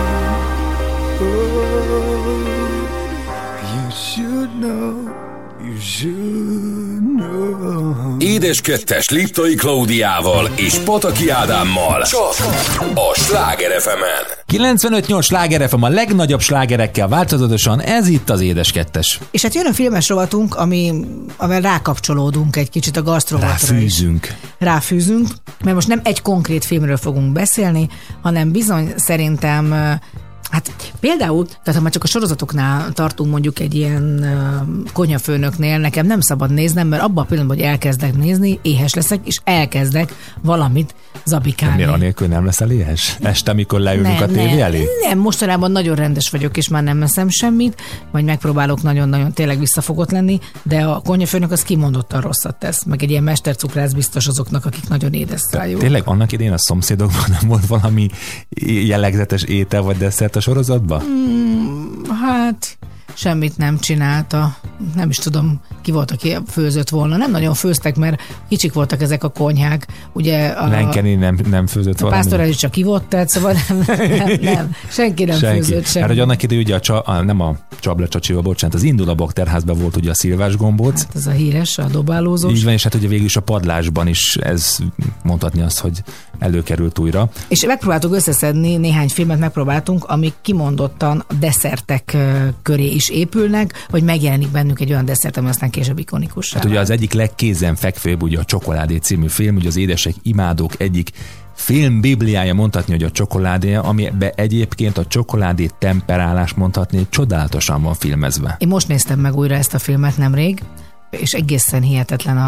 Oh, you should know, you should know. Édes Kettes Liptai Klaudiával és Pataki Ádámmal csak a Sláger ef emen. kilencvenöt nyolc Sláger ef em, a legnagyobb slágerekkel változatosan, ez itt az Édes Kettes. És hát jön a filmes rovatunk, ami, amivel rákapcsolódunk egy kicsit a gasztrovatra. Ráfűzünk. Ráfűzünk, mert most nem egy konkrét filmről fogunk beszélni, hanem bizony szerintem, hát például, tehát ha már csak a sorozatoknál tartunk mondjuk egy ilyen uh, konyhafőnöknél, nekem nem szabad néznem, mert abban a pillanatban, hogy elkezdek nézni, éhes leszek, és elkezdek valamit zabikálni. Miért anélkül nem leszel éhes? Este, amikor leülünk nem, a tévé nem, elé? Nem, mostanában nagyon rendes vagyok, és már nem eszem semmit, majd megpróbálok nagyon-nagyon tényleg visszafogott lenni, de a konyhafőnök az kimondottan rosszat tesz, meg egy ilyen mestercukrász biztos azoknak, akik nagyon édesszájú. Tényleg annak idén a szomszédokban nem volt valami jellegzetes étel vagy desszert a sorozatban? Mm, hát semmit nem csinálta. Nem is tudom, ki volt, aki főzött volna. Nem nagyon főztek, mert kicsik voltak ezek a konyhák. Ugye a Lenkeni nem, nem főzött a valami? Pásztor is csak kivott, tehát szóval nem, nem, nem. Senki nem Senki. főzött sem. Hát, hogy annak idő ugye a, csa, a nem a Csabla Csacsival, bocsánat, az Indul a Bakterházban volt ugye a szilvás gombóc. Hát ez a híres, a dobálózós. Így van, és hát ugye végül is a padlásban is ez mondhatni azt, hogy előkerült újra. És megpróbáltuk összeszedni néhány filmet, megpróbáltunk, amik kimondottan desszertek köré is épülnek, vagy megjelenik bennük egy olyan desszert, ami aztán később ikonikus. Hát ugye az egyik legkézenfekvőbb ugye a Csokoládé című film, ugye az édesek imádók egyik film bibliája, mondhatni, hogy a csokoládé, amiben egyébként a csokoládé temperálás mondhatni csodálatosan van filmezve. Én most néztem meg újra ezt a filmet nemrég, és egészen hihetetlen a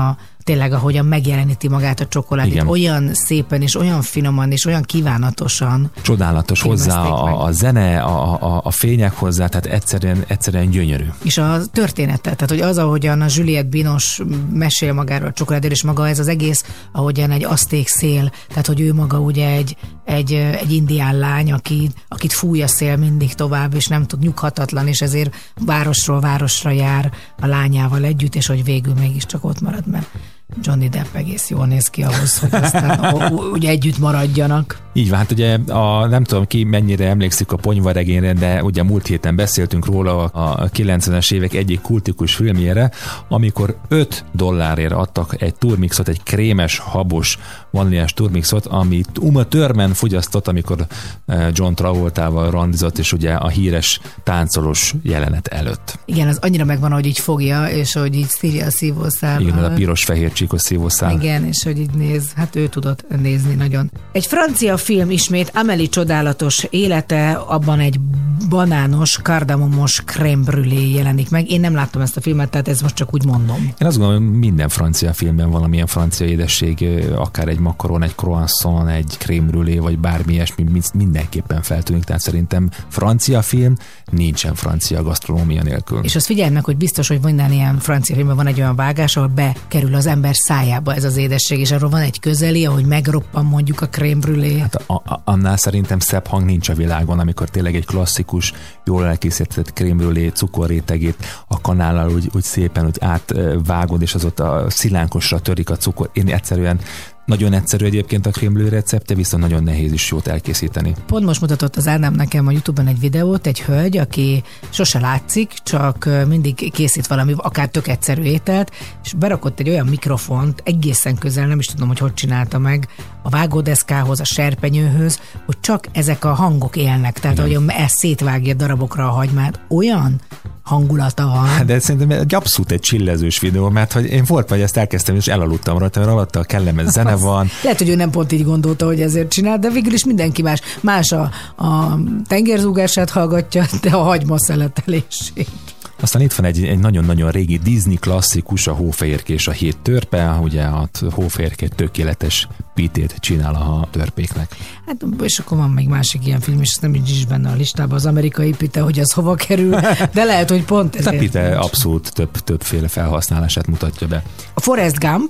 tényleg ahogyan megjeleníti magát a csokoládét, Igen. olyan szépen és olyan finoman és olyan kívánatosan. Csodálatos hozzá a, a zene, a, a, a fények hozzá, tehát egyszerűen, egyszerűen gyönyörű. És a története, tehát hogy az, ahogyan a Juliette Binoche mesél magáról a csokoládéről, és maga ez az egész, ahogyan egy aszték szél, tehát hogy ő maga ugye egy, egy, egy indián lány, aki, akit fúj a szél mindig tovább, és nem tud, nyughatatlan, és ezért városról városra jár a lányával együtt, és hogy végül mégiscsak ott marad, mert Johnny Depp egész jól néz ki ahhoz, hogy aztán ugye együtt maradjanak. Így van, hát ugye a, nem tudom ki mennyire emlékszik a Ponyvaregényre, de ugye múlt héten beszéltünk róla a kilencvenes évek egyik kultikus filmjére, amikor öt dollárért adtak egy turmixot, egy krémes, habos, vaníliás turmixot, amit Uma Thurman fogyasztott, amikor John Travoltával randizott, és ugye a híres táncolós jelenet előtt. Igen, az annyira megvan, hogy így fogja, és hogy így szívja a szívószál. Igen, a piros-fehér csíkos szívószál. Igen, és hogy így néz, hát ő tudott nézni nagyon. Egy francia film ismét, Amélie csodálatos élete, abban egy banános, kardamomos crème brûlée jelenik meg. Én nem láttam ezt a filmet, tehát ez most csak úgy mondom. Én azt gondolom, hogy minden francia filmben valamilyen francia édesség, akár egy makaron, egy croissant, egy crème brûlée, vagy bármi ilyesmi, mindenképpen feltűnik. Tehát szerintem francia film nincsen francia gasztronómia nélkül. És azt figyelj meg, hogy biztos, hogy minden ilyen francia filmben van egy olyan vágás, ahol bekerül az ember szájába ez az édesség, és arról van egy közeli, ahogy megroppan mondjuk a crème brûlée. Hát a, a, annál szerintem szebb hang nincs a világon, amikor tényleg egy klasszikus, jól elkészített crème brûlée cukorrétegét a kanállal úgy, úgy szépen úgy átvágod, és az ott a szilánkosra törik a cukor. Én egyszerűen nagyon egyszerű egyébként a crème brûlée recepte, viszont nagyon nehéz is jót elkészíteni. Pont most mutatott az Ádám nekem a YouTube-on egy videót, egy hölgy, aki sose látszik, csak mindig készít valami, akár tök egyszerű ételt, és berakott egy olyan mikrofont egészen közel, nem is tudom, hogy hogy csinálta meg, a vágódeszkához, a serpenyőhöz, hogy csak ezek a hangok élnek, tehát hogy ezt szétvágja darabokra a hagymát, olyan hangulata van. De szerintem egy abszolút egy csillezős videó, mert hogy én volt, vagy ezt elkezdtem, és elaludtam rajta, mert alatta a kellemes zene van. Lehet, hogy ő nem pont így gondolta, hogy ezért csinál, de végül is mindenki más. Más a, a tengerzúgását hallgatja, de a hagyma szeletelését. Aztán itt van egy, egy nagyon-nagyon régi Disney klasszikus, a Hófehérke és a hét törpe, ugye a Hófehérke tökéletes pitét csinál a törpéknek. Hát, és akkor van még másik ilyen film, és ez nem így is benne a listában, az amerikai pite, hogy az hova kerül, de lehet, hogy pont ezért. A pite abszolút több, többféle felhasználását mutatja be. A Forrest Gump,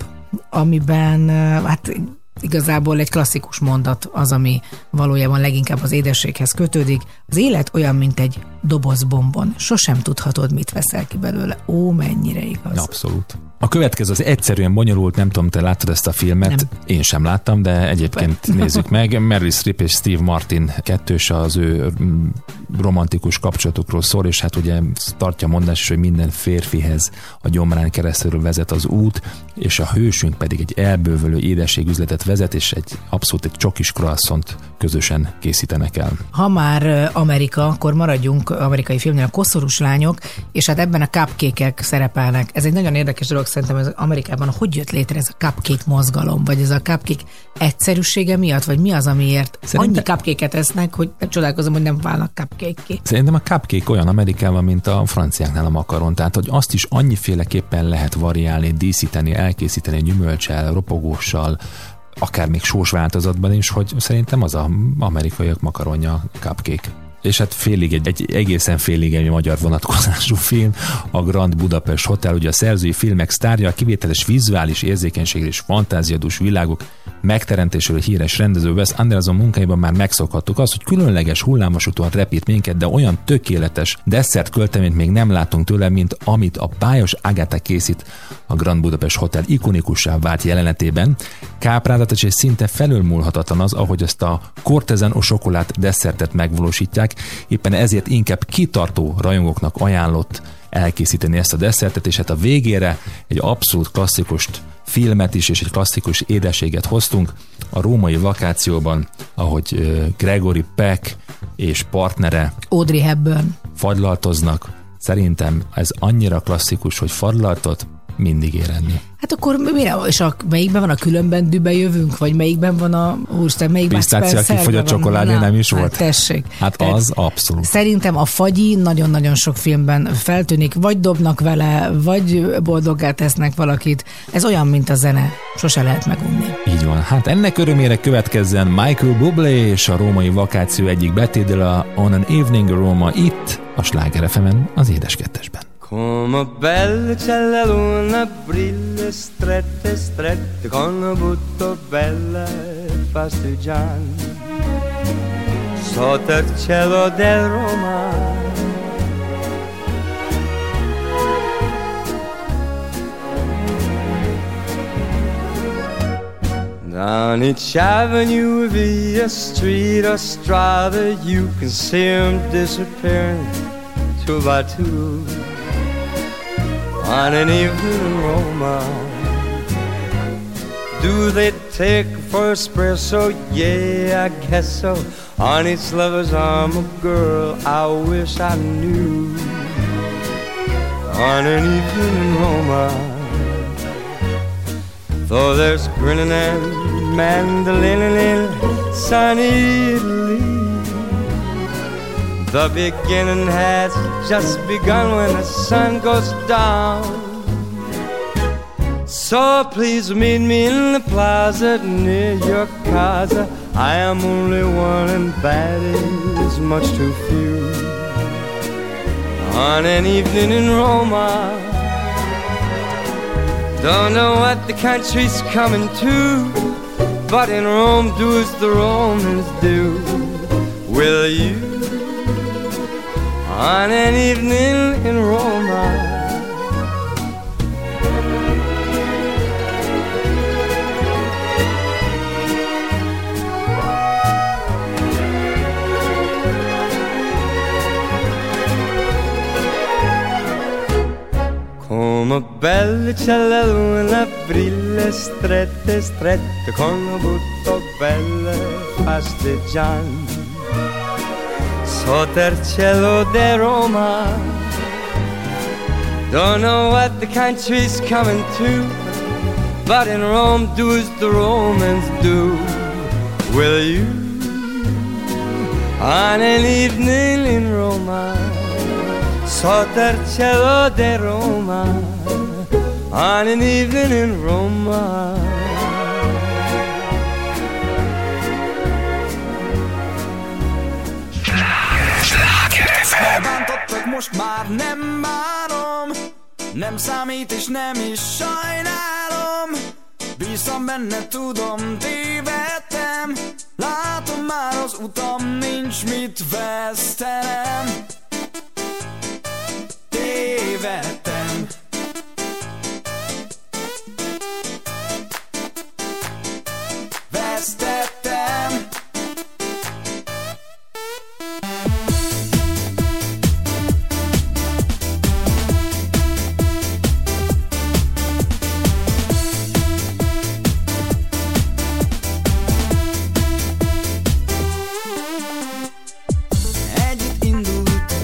amiben hát igazából egy klasszikus mondat az, ami valójában leginkább az édességhez kötődik. Az élet olyan, mint egy doboz bombon. Sosem tudhatod, mit veszel ki belőle. Ó, mennyire igaz. Abszolút. A következő az egyszerűen bonyolult, nem tudom, te láttad ezt a filmet? Nem. Én sem láttam, de egyébként nézzük meg. Meryl Streep és Steve Martin kettős, az ő romantikus kapcsolatukról szól, és hát ugye tartja mondás is, hogy minden férfihez a gyomrán keresztül vezet az út, és a hősünk pedig egy elbővölő édességüzletet vezet, és egy abszolút egy csokis croissant közösen készítenek el. Ha már Amerika, akkor maradjunk amerikai filmnél, a koszorús lányok, és hát ebben a cupcake-ek szerepelnek. Ez egy nagyon érdekes dolog, szerintem ez Amerikában, hogy jött létre ez a cupcake mozgalom, vagy ez a cupcake egyszerűsége miatt, vagy mi az, amiért szerintem annyi cupcake-et esznek, hogy csodálkozom, hogy nem válnak cupcake-ké. Szerintem a cupcake olyan Amerikában, mint a franciáknál a makaron, tehát hogy azt is annyiféleképpen lehet variálni, díszíteni, elkészíteni gyümölccsel, ropogóssal, akár még sós változatban is, hogy szerintem az az amerikaiak makaronja a cupcake. És hát félig egy, egy egészen félig egy magyar vonatkozású film, a Grand Budapest Hotel, ugye a szerzői filmek sztárja, a kivételes vizuális érzékenységre és fantáziadús világok megteremtéséről híres rendező Wes Anderson munkáiban már megszokhattuk azt, hogy különleges hullámos úton repít minket, de olyan tökéletes desszert költeményt még nem látunk tőle, mint amit a Bájos Agáta készít a Grand Budapest Hotel ikonikussá vált jelenetében. Káprázatos és szinte felülmúlhatatlan az, ahogy ezt a Cortezan au chocolat desszertet megvalósítják, éppen ezért inkább kitartó rajongóknak ajánlott elkészíteni ezt a desszertet, és hát a végére egy abszolút klasszikust filmet is, és egy klasszikus édességet hoztunk a római vakációban, ahogy Gregory Peck és partnere Audrey Hepburn fagylaltoznak. Szerintem ez annyira klasszikus, hogy fagylaltot mindig éredni. Hát akkor mire, és a, melyikben van a különben dübe jövünk, vagy melyikben van a úristen, melyikben pisztácia kifogyott csokoládé nem is hát volt? Tessék. Hát Tehát az abszolút. Szerintem a fagyi nagyon-nagyon sok filmben feltűnik, vagy dobnak vele, vagy boldoggá tesznek valakit. Ez olyan, mint a zene. Sose lehet megunni. Így van. Hát ennek örömére következzen Michael Bublé és a római vakáció egyik betétele, On an Evening in Roma, itt a Sláger ef emen, az Édes Kettesben. Come bella c'è luna brilla strette strette con la butto bella fastigian sotto il cielo del Roma down each avenue via street or strada you can see 'em disappearing two by two on an evening in Roma. Do they take for espresso? Yeah, I guess so. On each lover's arm a girl I wish I knew. On an evening in Roma, though there's grinning and mandolin in sunny Italy, the beginning has just begun when the sun goes down. So please meet me in the plaza near your casa. I am only one and that is much too few. On an evening in Roma, don't know what the country's coming to, but in Rome do as the Romans do. Will you? On an evening in Roma, come bella c'è la luna brilla strette strette con un butto belle pasteggiando sotto il cielo di Roma. Don't know what the country's coming to, but in Rome do as the Romans do. Will you? On an evening in Roma, sotto il cielo di Roma, on an evening in Roma. Elbántottak, most már nem bánom, nem számít és nem is sajnálom. Bízom benne, tudom, tévedtem, látom már az utam, nincs mit vesztenem. Tévedtem. Vesztettem. Együtt indultunk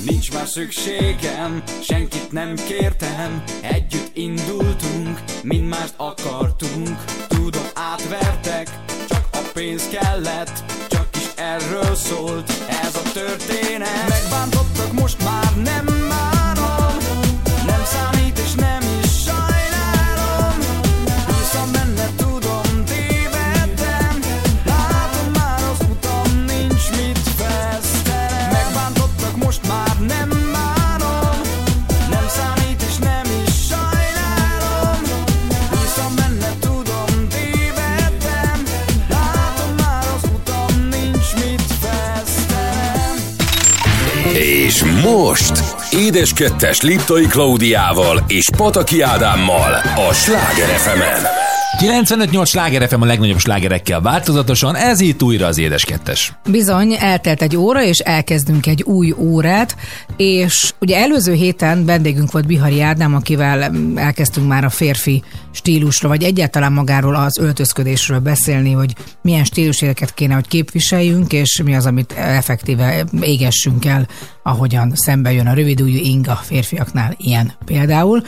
nincs már szükségem, senkit nem kértem, együtt indultunk, mind mást akartunk. Tudom, átvertek, csak a pénz kellett, csak is erről szólt ez a történet. Megbántottak, most már nem bánom, nem számít és nem is sajnálom. Bízom benne, tudom, tévedtem, látom már az utam, nincs mit vesztenem. Megbántottak, most már nem bánom, nem számít és nem is sajnálom. Bízom benne, tudom, tévedtem, látom már az utam, nincs mit vesztenem. És most Édes Kettes Liptai Klaudiával és Pataki Ádámmal a Sláger ef emen. kilencvenöt nyolc Sláger ef em a legnagyobb slágerekkel változatosan, ez itt újra az Édes Kettes. Bizony, eltelt egy óra, és elkezdünk egy új órát, és ugye előző héten vendégünk volt Bihari Ádám, akivel elkezdtünk már a férfi stílusról, vagy egyáltalán magáról az öltözködésről beszélni, hogy milyen stíluséreket kéne, hogy képviseljünk, és mi az, amit effektíve égessünk el, ahogyan szembe jön a rövidujjú ing a férfiaknál, ilyen például.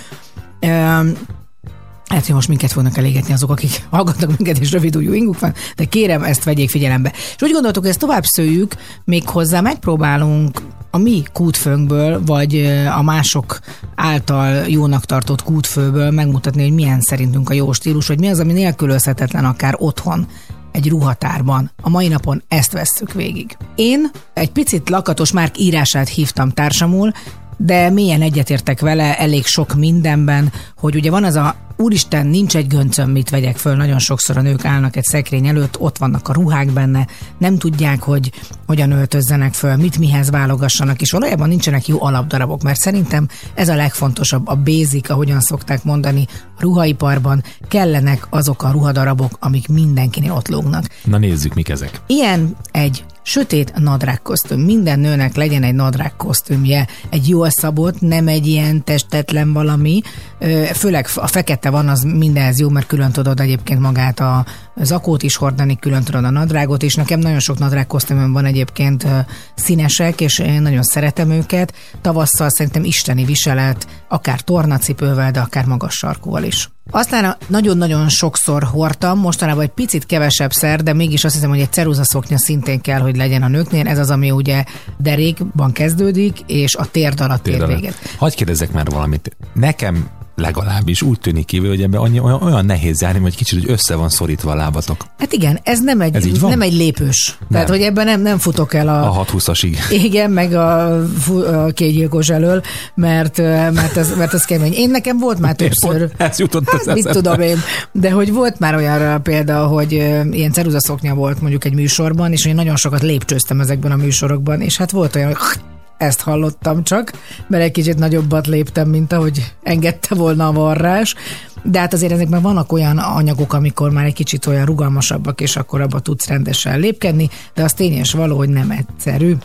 Hát, hogy most minket fognak elégetni azok, akik hallgatnak minket, és rövidujjú inguk van, de kérem, ezt vegyék figyelembe. És úgy gondoltuk, hogy ezt tovább szőjük, még hozzá megpróbálunk a mi kútfőnkből, vagy a mások által jónak tartott kútfőből megmutatni, hogy milyen szerintünk a jó stílus, vagy mi az, ami nélkülözhetetlen akár otthon, egy ruhatárban. A mai napon ezt vesszük végig. Én egy picit lakatos Márk írását hívtam társamul, de mélyen egyetértek vele elég sok mindenben, hogy ugye van az a úristen, nincs egy göncöm, mit vegyek föl, nagyon sokszor a nők állnak egy szekrény előtt, ott vannak a ruhák benne, nem tudják, hogy hogyan öltözzenek föl, mit mihez válogassanak, és valójában nincsenek jó alapdarabok, mert szerintem ez a legfontosabb, a basic, ahogyan szokták mondani, a ruhaiparban kellenek azok a ruhadarabok, amik mindenkinél ott lógnak. Na nézzük, mik ezek. Ilyen egy sötét nadrág kosztüm. Minden nőnek legyen egy nadrág kosztümje, egy jól szabott, nem egy ilyen testetlen valami. Főleg a fekete van, az mindenhez jó, mert külön tudod egyébként magát a zakót is hordani, külön tudod a nadrágot, és nekem nagyon sok nadrág kosztümöm van egyébként színesek, és én nagyon szeretem őket. Tavasszal szerintem isteni viselet, akár tornacipővel, de akár magas sarkúval is. Aztán nagyon-nagyon sokszor hordtam, mostanában egy picit kevesebb szer, de mégis azt hiszem, hogy egy ceruzaszoknya szintén kell, hogy legyen a nőknél. Ez az, ami ugye derékban kezdődik, és a térd alatt ér véget. Hadd kérdezzek már valamit. Nekem legalábbis úgy tűnik kívül, hogy ebben olyan, olyan nehéz járni, hogy kicsit hogy össze van szorítva a lábatok. Hát igen, ez nem egy, ez nem egy lépős. Nem. Tehát, hogy ebben nem, nem futok el a... A hat húszasig. Igen, meg a, a kétgyilkos elől, mert, mert, ez, mert ez kemény. Én nekem volt már többször... Ez jutott hát, mit tudom én. De hogy volt már olyan példa, hogy ilyen ceruzaszoknya volt mondjuk egy műsorban, és én nagyon sokat lépcsőztem ezekben a műsorokban, és hát volt olyan, hogy ezt hallottam csak, mert egy kicsit nagyobbat léptem, mint ahogy engedte volna a varrás. De hát azért ezekben vannak olyan anyagok, amikor már egy kicsit olyan rugalmasabbak, és akkor abba tudsz rendesen lépkedni, de az tény és való, hogy nem egyszerű.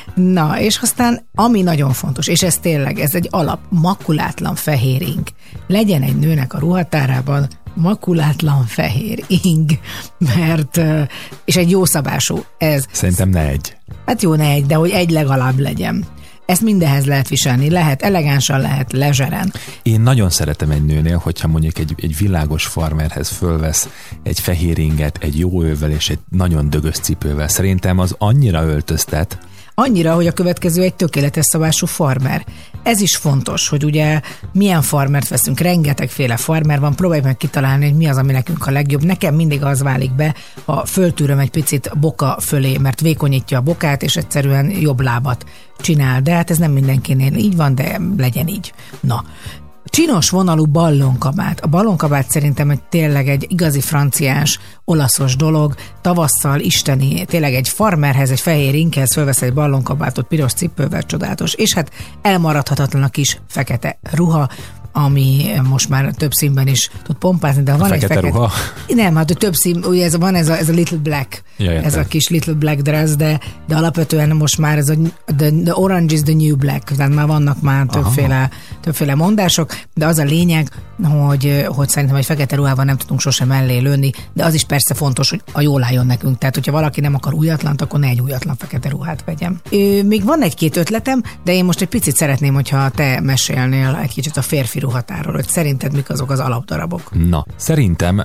Na, és aztán ami nagyon fontos, és ez tényleg, ez egy alap, makulátlan fehér ing. Legyen egy nőnek a ruhatárában makulátlan fehér ing, mert, és egy jó szabású ez. Szerintem ne egy. Hát jó, ne egy, de hogy egy legalább legyen. Ezt mindenhez lehet viselni, lehet elegánsan, lehet lezseren. Én nagyon szeretem egy nőnél, hogyha mondjuk egy, egy világos farmerhez fölvesz egy fehér inget, egy jó ővel és egy nagyon dögös cipővel. Szerintem az annyira öltöztet. Annyira, hogy a következő egy tökéletes szabású farmer. Ez is fontos, hogy ugye milyen farmert veszünk, rengetegféle farmer van, próbáljuk meg kitalálni, hogy mi az, ami nekünk a legjobb. Nekem mindig az válik be, ha föltűröm egy picit boka fölé, mert vékonyítja a bokát, és egyszerűen jobb lábat csinál. De hát ez nem mindenkinél így van, de legyen így. Na, csinos vonalú ballonkabát. A ballonkabát szerintem egy, tényleg egy igazi franciás, olaszos dolog. Tavasszal isteni, tényleg egy farmerhez, egy fehér inkhez fölvesz egy ballonkabátot piros cipővel, csodálatos. És hát elmaradhatatlan a kis fekete ruha, ami most már több színben is tud pompázni, de a van fekete egy fekete ruha? Nem, hát több szín, ugye ez, van ez a, ez a little black, ja, ez a kis little black dress, de, de alapvetően most már ez a the, the orange is the new black, tehát már vannak már többféle, többféle mondások, de az a lényeg, hogy, hogy szerintem egy fekete ruhával nem tudunk sosem mellé lőni, de az is persze fontos, hogy a jól álljon nekünk. Tehát, hogyha valaki nem akar újatlant, akkor ne egy újatlan fekete ruhát vegyem. Még van egy-két ötletem, de én most egy picit szeretném, hogyha te mesélnél egy kicsit a férfi ruhatáról, hogy szerinted mik azok az alapdarabok. Na, szerintem,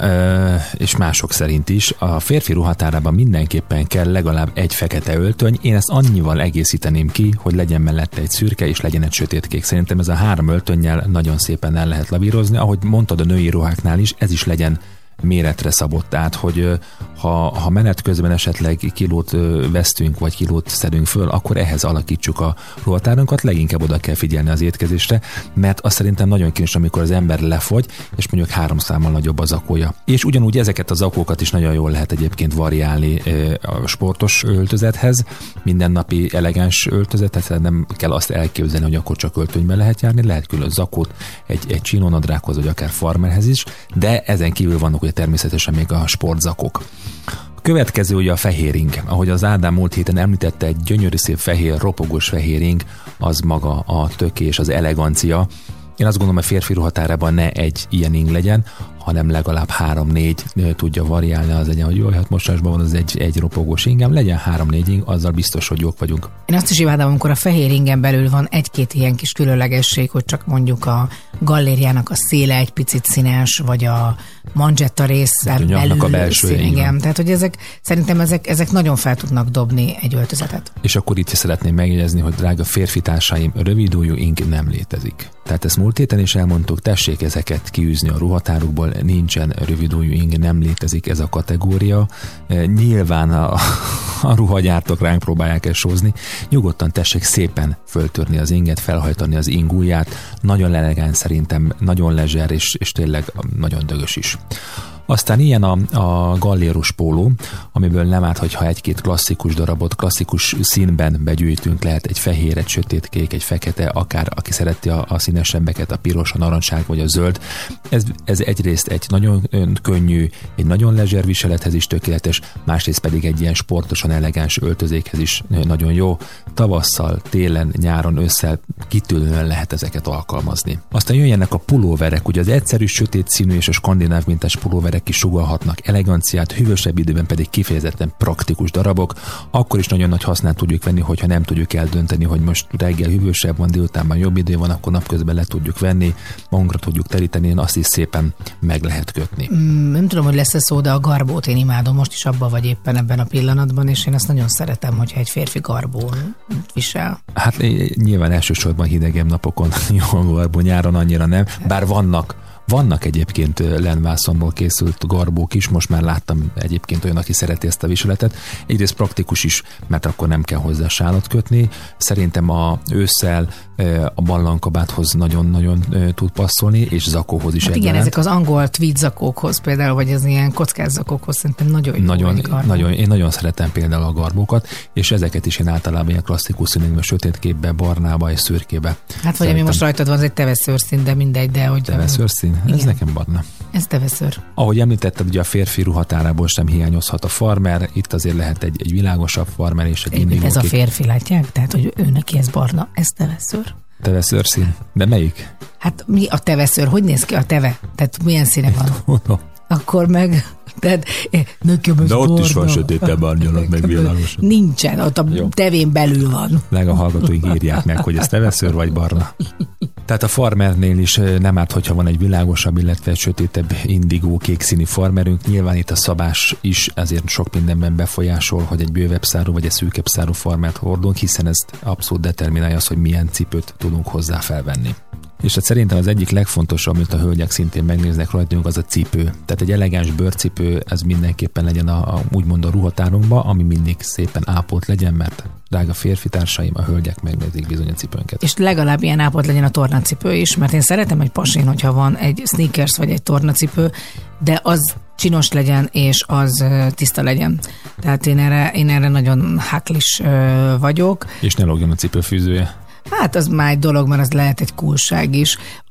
és mások szerint is, a férfi ruhatárában mindenképpen kell legalább egy fekete öltöny. Én ezt annyival egészíteném ki, hogy legyen mellette egy szürke, és legyen egy sötétkék. Szerintem ez a három öltönnyel nagyon szépen el lehet lavírozni. Ahogy mondtad a női ruháknál is, ez is legyen méretre szabott. Tehát, hogy ha, ha menet közben esetleg kilót vesztünk, vagy kilót szedünk föl, akkor ehhez alakítsuk a ruhatárunkat, leginkább oda kell figyelni az étkezésre, mert azt szerintem nagyon kínos, amikor az ember lefogy, és mondjuk három számmal nagyobb a zakója. És ugyanúgy ezeket a zakókat is nagyon jól lehet egyébként variálni a sportos öltözethez, mindennapi elegáns öltözetet, nem kell azt elképzelni, hogy akkor csak öltönyben lehet járni, lehet külön zakót egy, egy csinónadrághoz, vagy akár farmerhez is, de ezen kívül vannak ugye természetesen még a sportzakok. A következő ugye a fehéring. Ahogy az Ádám múlt héten említette, egy gyönyörű szép fehér, ropogós fehéring, az maga a tökés, az elegancia. Én azt gondolom, hogy férfi ruhatárában ne egy ilyen ing legyen, hanem legalább három-négy tudja variálni, az legyen, hogy jó, hát mostásban van az egy, egy ropogós ingem, legyen három-négy ing, azzal biztos, hogy jók vagyunk. Én azt is imádom, amikor a fehér ingen belül van egy-két ilyen kis különlegesség, hogy csak mondjuk a gallériának a széle egy picit színes, vagy a manzsetta részen belül a belső szín, tehát, hogy ezek, szerintem ezek, ezek nagyon fel tudnak dobni egy öltözetet. És akkor itt szeretném megjegyezni, hogy drága férfi társaim, rövidújú ing nem létezik. Tehát ezt múlt héten is elmondtuk, tessék ezeket kiűzni a ruhatárukból, nincsen rövidújú ing, nem létezik ez a kategória. Nyilván a, a ruhagyártók ránk próbálják ezt sózni. Nyugodtan tessék szépen föltörni az inget, felhajtani az ingúját. Nagyon elegáns szerintem, nagyon lezser, és, és tényleg nagyon dögös is. Aztán ilyen a, a gallérus póló, amiből nem árt, hogyha egy-két klasszikus darabot, klasszikus színben begyűjtünk, lehet egy fehér, egy sötétkék, egy fekete, akár aki szereti a, a színesebbeket, a piros, a narancság vagy a zöld. Ez, ez egyrészt egy nagyon könnyű, egy nagyon lezser viselethez is tökéletes, másrészt pedig egy ilyen sportosan elegáns öltözékhez is nagyon jó. Tavasszal, télen, nyáron, ősszel kitűnően lehet ezeket alkalmazni. Aztán jöjjenek a pulóverek, ugye az egyszerű, sötét színű és a skandináv mintás pulóverek is sugallhatnak eleganciát, hűvösebb időben pedig kifejezetten praktikus darabok. Akkor is nagyon nagy hasznát tudjuk venni, hogyha nem tudjuk eldönteni, hogy most reggel hűvösebb van, délutánban jobb idő van, akkor napközben le tudjuk venni, magunkra tudjuk teríteni, én azt is szépen meg lehet kötni. Mm, nem tudom, hogy lesz-e szó, de a garbót én imádom, most is abban vagy éppen ebben a pillanatban, és én azt nagyon szeretem, hogyha egy férfi garbón visel. Hát nyilván elsősorban hidegebb napokon jó a garbó, nyáron annyira nem, bár vannak Vannak egyébként lenvászonból készült garbók is, most már láttam egyébként olyan, aki szereti ezt a viseletet. Egyrészt praktikus is, mert akkor nem kell hozzá sálat kötni. Szerintem a ősszel a ballankabáthoz nagyon-nagyon tud passzolni, és zakóhoz is. Hát igen, ezek az angol tweed zakókhoz például, vagy az ilyen kockás zakókhoz szerintem nagyon jó. Nagyon, nagyon, én nagyon szeretem például a garbókat, és ezeket is én általában ilyen klasszikus színekben, sötétképbe, barnába és szürkébe. Hát vagy szeretem. Ami most rajtad van, az egy teveszőrszín, de mindegy, de hogy... Teveszőrszín? Ez igen. Nekem barna. Ez teveszőr. Ahogy említettem, ugye a férfi ruhatárából sem hiányozhat a farmer, itt azért lehet egy, egy világosabb farmer és egy indigókék. Ez a férfi, látják? Tehát, hogy ő neki ez barna, ez teveszőr. Teveszőrszín? De melyik? Hát mi a teveszőr? Hogy néz ki a teve? Tehát milyen színe van? Akkor meg... Tehát, nekem ez de ott barna. Is van sötétebb árnyalat, meg világos. Nincsen, ott a jó. Tevén belül van. Leg a hallgatóig írják meg, hogy ez teveszőr vagy barna. Tehát a farmernél is nem árt, hogyha van egy világosabb, illetve egy sötétebb indigó kék színű farmerünk. Nyilván itt a szabás is ezért sok mindenben befolyásol, hogy egy bővebb szárú vagy egy szűkebb szárú farmert hordunk, hiszen ez abszolút determinálja azt, hogy milyen cipőt tudunk hozzá felvenni. És hát szerintem az egyik legfontosabb, amit a hölgyek szintén megnéznek rajtunk, az a cipő. Tehát egy elegáns bőrcipő, ez mindenképpen legyen a, a úgymond a ruhatárunkba, ami mindig szépen ápolt legyen, mert drága férfi társaim, a hölgyek megnézik bizony a cipőnket. És legalább ilyen ápolt legyen a tornacipő is, mert én szeretem egy pasin, hogyha van egy sneakers vagy egy tornacipő, de az csinos legyen, és az tiszta legyen. Tehát én erre, én erre nagyon háklis vagyok. És ne lógjon a cipőfűzője. Hát az már egy dolog, mert az lehet egy coolság is.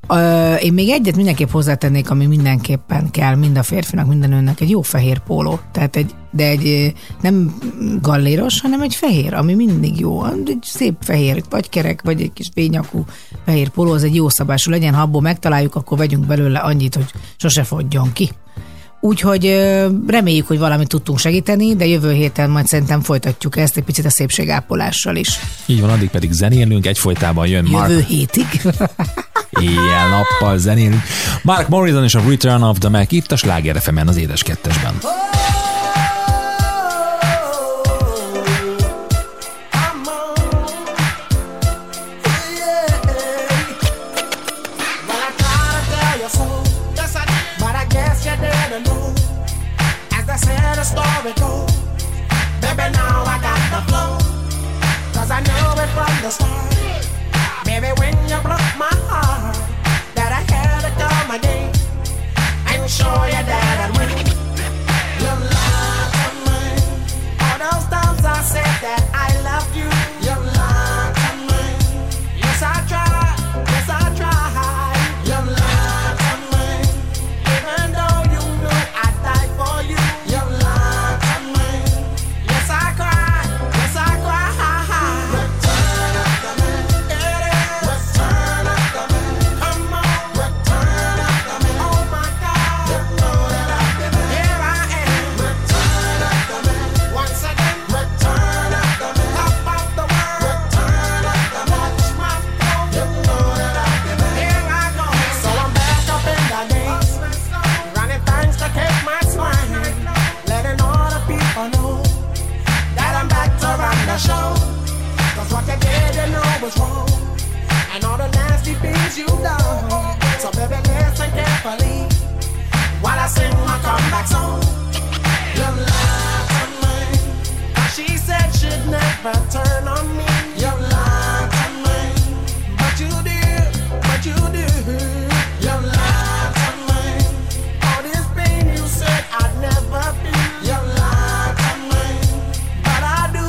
Ö, én még egyet mindenképp hozzátennék, ami mindenképpen kell mind a férfinak, minden nőnek, egy jó fehér póló. Tehát egy, de egy nem galléros, hanem egy fehér, ami mindig jó. Egy szép fehér, vagy kerek, vagy egy kis bényakú fehér póló, az egy jó szabású legyen. Ha abból megtaláljuk, akkor vegyünk belőle annyit, hogy sose fogjon ki. Úgyhogy reméljük, hogy valamit tudtunk segíteni, de jövő héten majd szerintem folytatjuk ezt egy picit a szépségápolással is. Így van, addig pedig zenélünk, egyfolytában jön Mark. Jövő hétig. Éjjel-nappal zenélünk. Mark Morrison és a Return of the Mac itt a Sláger ef emen az Édes Kettesben. Show you that I win. Your love to me. All those times I said that I love you. Your love to me. Yes, I tried. Yes, I tried. Your love to me. Even though you knew I'd die for you. Your love to me. Yes, I cried. Yes, I cried. Return of the man. It is. Return of the man. Come on. Return of the man. Oh my God. Show, cause what you did you know was wrong, and all the nasty things you done. So baby listen carefully while I sing my comeback song. Your love to me, she said she'd never turn on me. Your love to me, but you did, but you did. Your love to me, all this pain you said I'd never feel. Your love to me, but I do.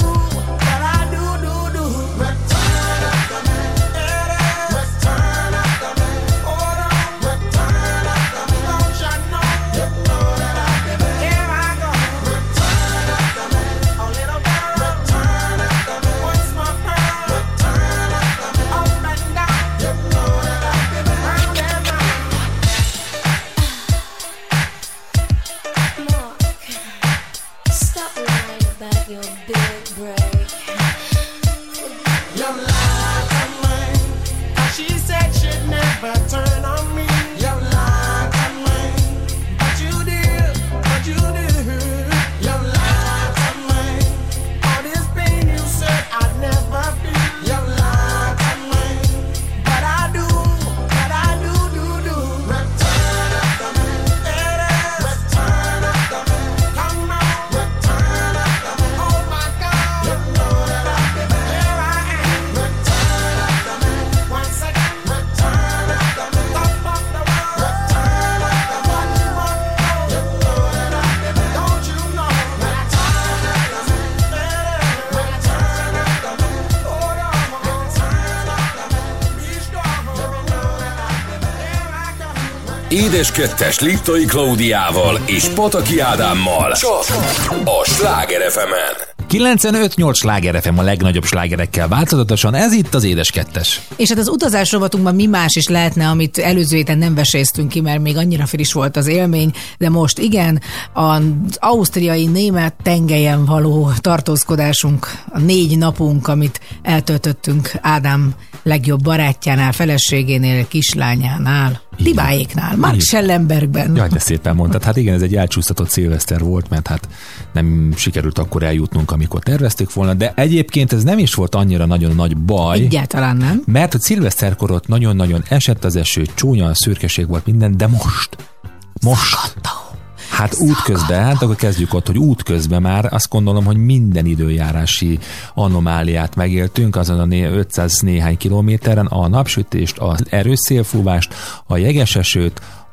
Édes Kettes Liptai Klaudiával és Pataki Ádámmal csak a Sláger ef emen. kilencvenöt nyolc Sláger ef em a legnagyobb slágerekkel változatosan, ez itt az Édes Kettes. És hát az utazás rovatunkban mi más is lehetne, amit előző héten nem veséztünk ki, mert még annyira friss volt az élmény, de most igen, az ausztriai német tengelyen való tartózkodásunk, a négy napunk, amit eltöltöttünk Ádám legjobb barátjánál, feleségénél, kislányánál, Tibáéknál, Mark Schellenbergben. Jaj, de szépen mondtad. Hát igen, ez egy elcsúsztatott szilveszter volt, mert hát nem sikerült akkor eljutnunk, amikor terveztük volna, de egyébként ez nem is volt annyira nagyon nagy baj. Egyáltalán nem. Mert hogy szilveszterkor ott nagyon-nagyon esett az eső, csúnya a szürkeség volt minden, de most, most, Szakadta. Hát útközben, hát akkor kezdjük ott, hogy útközben már azt gondolom, hogy minden időjárási anomáliát megéltünk, azon a ötszáz néhány kilométeren, a napsütést, az erős szélfúvást, a jeges esőt,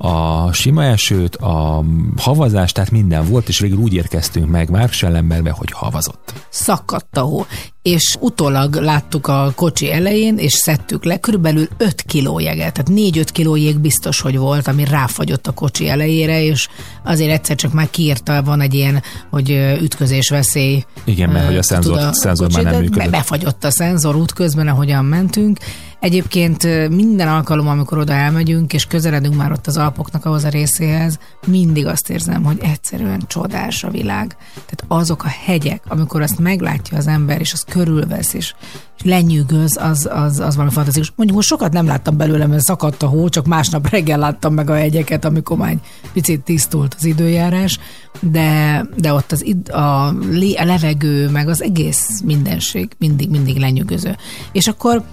a sima esőt, a havazást, tehát minden volt, és végül úgy érkeztünk meg Márksellenbergbe, hogy havazott. Szakadt a hó, és utólag láttuk a kocsi elején, és szedtük le körülbelül öt kiló jeget, tehát négy-öt kiló jég biztos, hogy volt, ami ráfagyott a kocsi elejére, és azért egyszer csak már kiírta, van egy ilyen, hogy ütközés veszély. Igen, mert hogy a szenzor, a szenzor kocsi, már nem működött. Befagyott a szenzor útközben, ahogyan mentünk. Egyébként minden alkalom, amikor oda elmegyünk, és közeledünk már ott az Alpoknak ahhoz a részéhez, mindig azt érzem, hogy egyszerűen csodás a világ. Tehát azok a hegyek, amikor azt meglátja az ember, és az körülvesz, és, és lenyűgöz, az, az, az valami fantasztikus. Mondjuk most sokat nem láttam belőle, mert szakadt a hó, csak másnap reggel láttam meg a hegyeket, amikor már picit tisztult az időjárás, de, de ott az id, a, a levegő, meg az egész mindenség mindig, mindig lenyűgöző. És akkor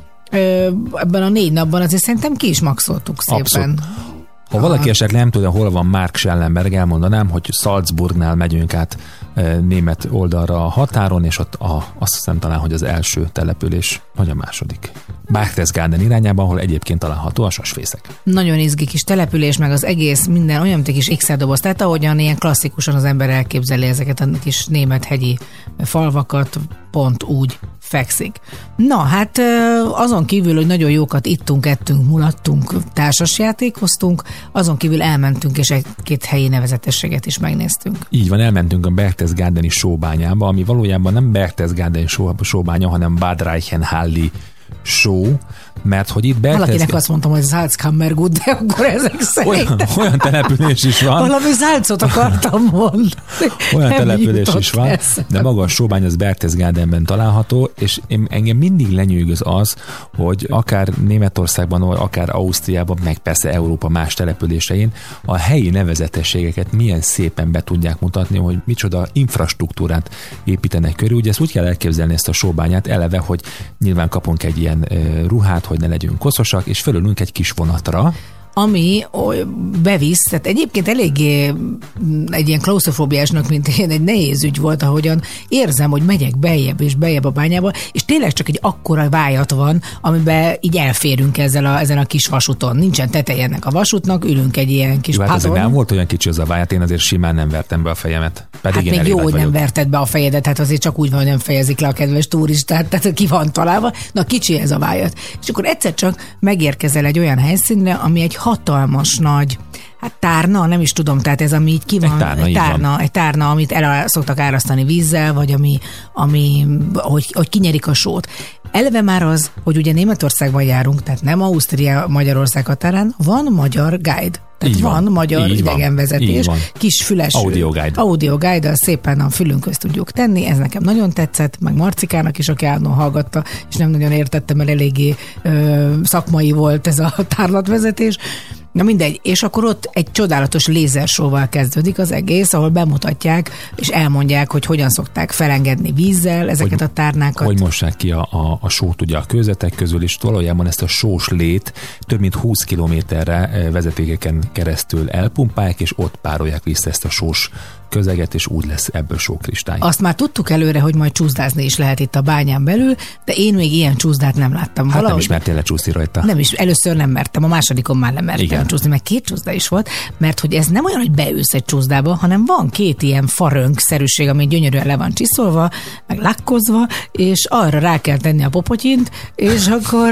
ebben a négy napban azért szerintem ki is maxoltuk szépen. Abszolút. Ha valaki esetleg nem tudja, hol van Márksellenberg, elmondanám, hogy Salzburgnál megyünk át német oldalra a határon, és ott a, azt hiszem talán, hogy az első település, vagy a második. Berchtesgaden irányában, ahol egyébként található a sasfészek. Nagyon izgi kis település, meg az egész minden olyan, mint egy kis X-doboz, tehát ahogyan ilyen klasszikusan az ember elképzeli ezeket a kis német hegyi falvakat, pont úgy fekszik. Na, hát azon kívül, hogy nagyon jókat ittunk, ettünk, mulattunk, társasjátékoztunk, azon kívül elmentünk, és egy-két helyi nevezetességet is megnéztünk. Így van, elmentünk a Berchtesgadeni sóbányába, ami valójában nem Berchtesgadeni sóbánya, hanem Bad Reichenhalli só, mert hogy itt Berchtesgaden... Valakinek azt mondtam, hogy Salzkammergut, de akkor ezek szerint... Olyan, olyan település is van. Valami Salzot akartam mondani. Olyan nem település is van, eszem. De maga a sóbány az Berchtesgadenben található, és én, engem mindig lenyűgöz az, hogy akár Németországban, vagy akár Ausztriában, meg persze Európa más településein a helyi nevezetességeket milyen szépen be tudják mutatni, hogy micsoda infrastruktúrát építenek körül. Ugye ezt úgy kell elképzelni, ezt a sóbányát eleve, hogy nyilván kapunk egy ilyen uh, ruhát, hogy ne legyünk koszosak, és fölülünk egy kis vonatra, ami bevisz, tehát egyébként eléggé egy ilyen klauszofóbiásnak, mint én, egy nehéz ügy volt, ahogyan érzem, hogy megyek beljebb és beljebb a bányába, és tényleg csak egy akkora vájat van, amiben így elférünk ezzel a, ezen a kis vasúton. Nincsen teteje ennek a vasútnak, ülünk egy ilyen kis padon. padon. Hát nem volt olyan kicsi az a vájat, én azért simán nem vertem be a fejemet. Pedig hát én még jó, hogy vagyok. nem verted be a fejedet, hát azért csak úgy van, hogy nem fejezik le a kedves turistát, tehát ki van találva. Na, kicsi ez a vájat. És akkor egyszer csak megérkezel egy olyan helyszínre, ami egy hatalmas nagy, hát tárna, nem is tudom, tehát ez ami így ki van, egy tárna, egy tárna, van. egy tárna, amit el szoktak árasztani vízzel, vagy ami, ami hogy, hogy kinyerik a sót. Eleve már az, hogy ugye Németországban járunk, tehát nem Ausztria, Magyarország határán, van magyar guide. Tehát így van, van magyar így idegenvezetés, van. kis füles audio guide. Audio guide-dal szépen a fülünkhöz tudjuk tenni, ez nekem nagyon tetszett, meg Marcikának is, aki állandóan hallgatta, és nem nagyon értettem, mert eléggé ö, szakmai volt ez a tárlatvezetés. Na mindegy, és akkor ott egy csodálatos lézersóval kezdődik az egész, ahol bemutatják, és elmondják, hogy hogyan szokták felengedni vízzel ezeket hogy, a tárnákat. Hogy mossák ki a, a, a sót ugye a kőzetek közül, és valójában ezt a sós lét több mint húsz kilométerre vezetékeken keresztül elpumpálják, és ott párolják vissza ezt a sós közeget, és úgy lesz ebből sókristály. Azt már tudtuk előre, hogy majd csúszdázni is lehet itt a bányán belül, de én még ilyen csúszdát nem láttam. Hát Valahogy... nem is mertél lecsúszni rajta. Nem is, először nem mertem, a másodikon már nem mertem Igen. csúszni, meg két csúszda is volt, mert hogy ez nem olyan, hogy beülsz egy csúszdába, hanem van két ilyen farönk-szerűség, ami gyönyörűen le van csiszolva, meg lakkozva, és arra rá kell tenni a popotyint, és akkor,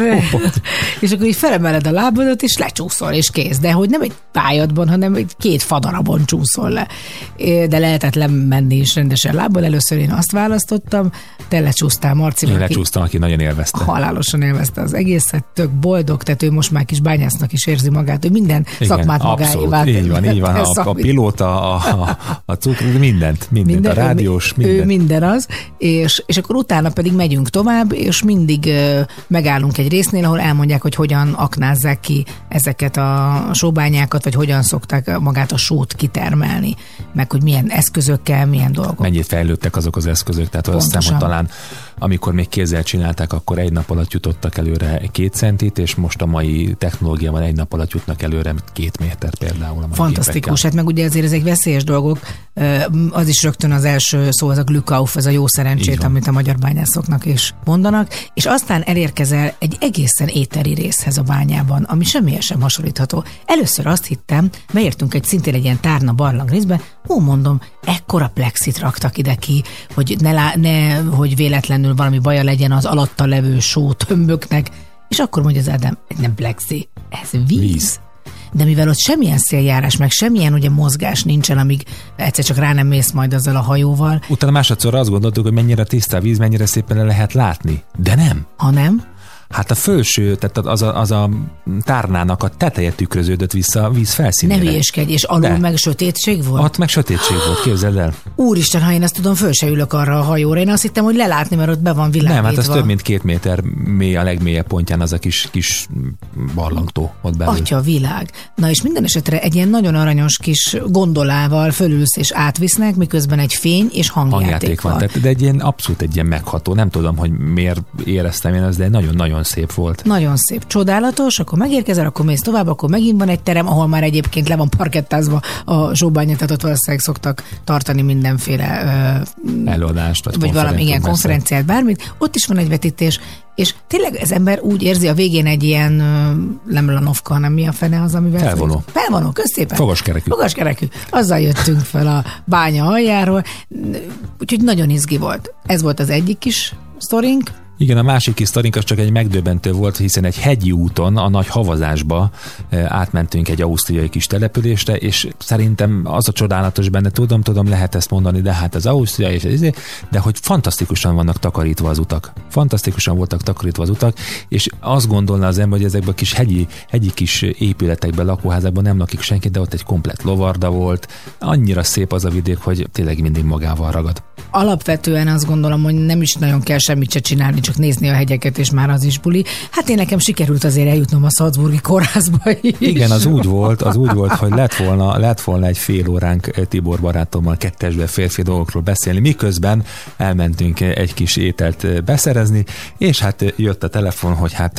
és akkor így felemeled a lábadat, és lecsúszol, és kész. De hogy nem egy pályadban, hanem egy két fadarabon csúszol le. De lehetett lemenni is rendesen lábbal. Először én azt választottam, te lecsúsztál, Marci. Én lecsúsztam, aki nagyon élvezte. Halálosan élvezte az egészet, tök boldog, tehát ő most már kis bányásznak is érzi magát, hogy minden Igen, szakmát magáévá. Így van, így van. A, a pilóta, a, a, a cukr, mindent, mindent, minden, a rádiós, ő, mindent. Ő minden az, és, és akkor utána pedig megyünk tovább, és mindig uh, megállunk egy résznél, ahol elmondják, hogy hogyan aknázzák ki ezeket a sóbányákat, vagy hogyan szokták magát a sót kitermelni, meg hogy milyen eszközökkel, milyen dolgok. Mennyit fejlődtek azok az eszközök, tehát azt hiszem, hogy talán amikor még kézzel csinálták, akkor egy nap alatt jutottak előre két centit, és most a mai technológiával egy nap alatt jutnak előre két méter például. A fantasztikus, hát meg ugye azért ezek veszélyes dolgok, az is rögtön az első szó, az a Glückauf, ez a jó szerencsét, amit a magyar bányászoknak is mondanak, és aztán elérkezel egy egészen éteri részhez a bányában, ami semmihez sem hasonlítható. Először azt hittem, beértünk egy szintén egy ilyen tárna barlang részbe, ó, mondom, ekkora plexit raktak ide ki, hogy ne, lá, ne hogy véletlenül valami baja legyen az alatta levő só tömböknek, és akkor mondja az Ádám, nem plexi, ez víz. víz. De mivel ott semmilyen széljárás, meg semmilyen ugye mozgás nincsen, amíg egyszer csak rá nem mész majd azzal a hajóval. Utána másodszor azt gondoltuk, hogy mennyire tiszta a víz, mennyire szépen le lehet látni. De nem. Ha nem? Hát a fölső, tehát az a, az a tárnának a teteje tükröződött vissza a víz felszínére. Ne hülyéskedj, és alul De. meg sötétség volt? Ott meg sötétség volt, képzeld el. Úristen, ha én ezt tudom, föl se ülök arra a hajóra. Én azt hittem, hogy lelátni, mert ott be van világítva. Nem, hát az több mint két méter mély, a legmélyebb pontján az a kis, kis barlangtó ott belül. Atya világ. Na és minden esetre egy ilyen nagyon aranyos kis gondolával fölülsz és átvisznek, miközben egy fény és hangjáték, hangjáték van. van. Tehát, de egy ilyen abszolút egy ilyen megható. Nem tudom, hogy miért éreztem én azt, de nagyon-nagyon szép volt. Nagyon szép, csodálatos, akkor megérkezel, akkor mész tovább, akkor megint van egy terem, ahol már egyébként le van parkettázva a zsóbánya, tehát ott valószínűleg szoktak tartani mindenféle ö, előadást, vagy, vagy valami igen, konferenciát, bármit. Ott is van egy vetítés, és tényleg az ember úgy érzi a végén egy ilyen nem lanovka, hanem mi a fene az, amivel... Felvonó. Felvonó, köszépen. Fogaskerekű. Fogaskerekű. Azzal jöttünk fel a bánya aljáról, úgyhogy nagyon izgi volt. Ez volt az egyik kis sztorink. Igen, a másik kis sztorink az csak egy megdöbbentő volt, hiszen egy hegyi úton, a nagy havazásba átmentünk egy ausztriai kis településre, és szerintem az a csodálatos benne, tudom, tudom, lehet ezt mondani, de hát az Ausztria és ez, de hogy fantasztikusan vannak takarítva az utak. Fantasztikusan voltak takarítva az utak, és azt gondolná az ember, hogy ezekben a kis hegyi, hegyi kis épületekben, lakóházakban nem lakik senki, de ott egy komplett lovarda volt. Annyira szép az a vidék, hogy tényleg mindig magával ragad. Alapvetően azt gondolom, hogy nem is nagyon kell semmit se csinálni, csak nézni a hegyeket, és már az is buli. Hát én nekem sikerült azért eljutnom a Salzburgi kórházba is. Igen, az úgy volt, az úgy volt, hogy lett volna, lett volna egy fél óránk Tibor barátommal kettesbe férfi dolgokról beszélni, miközben elmentünk egy kis ételt beszerezni, és hát jött a telefon, hogy hát,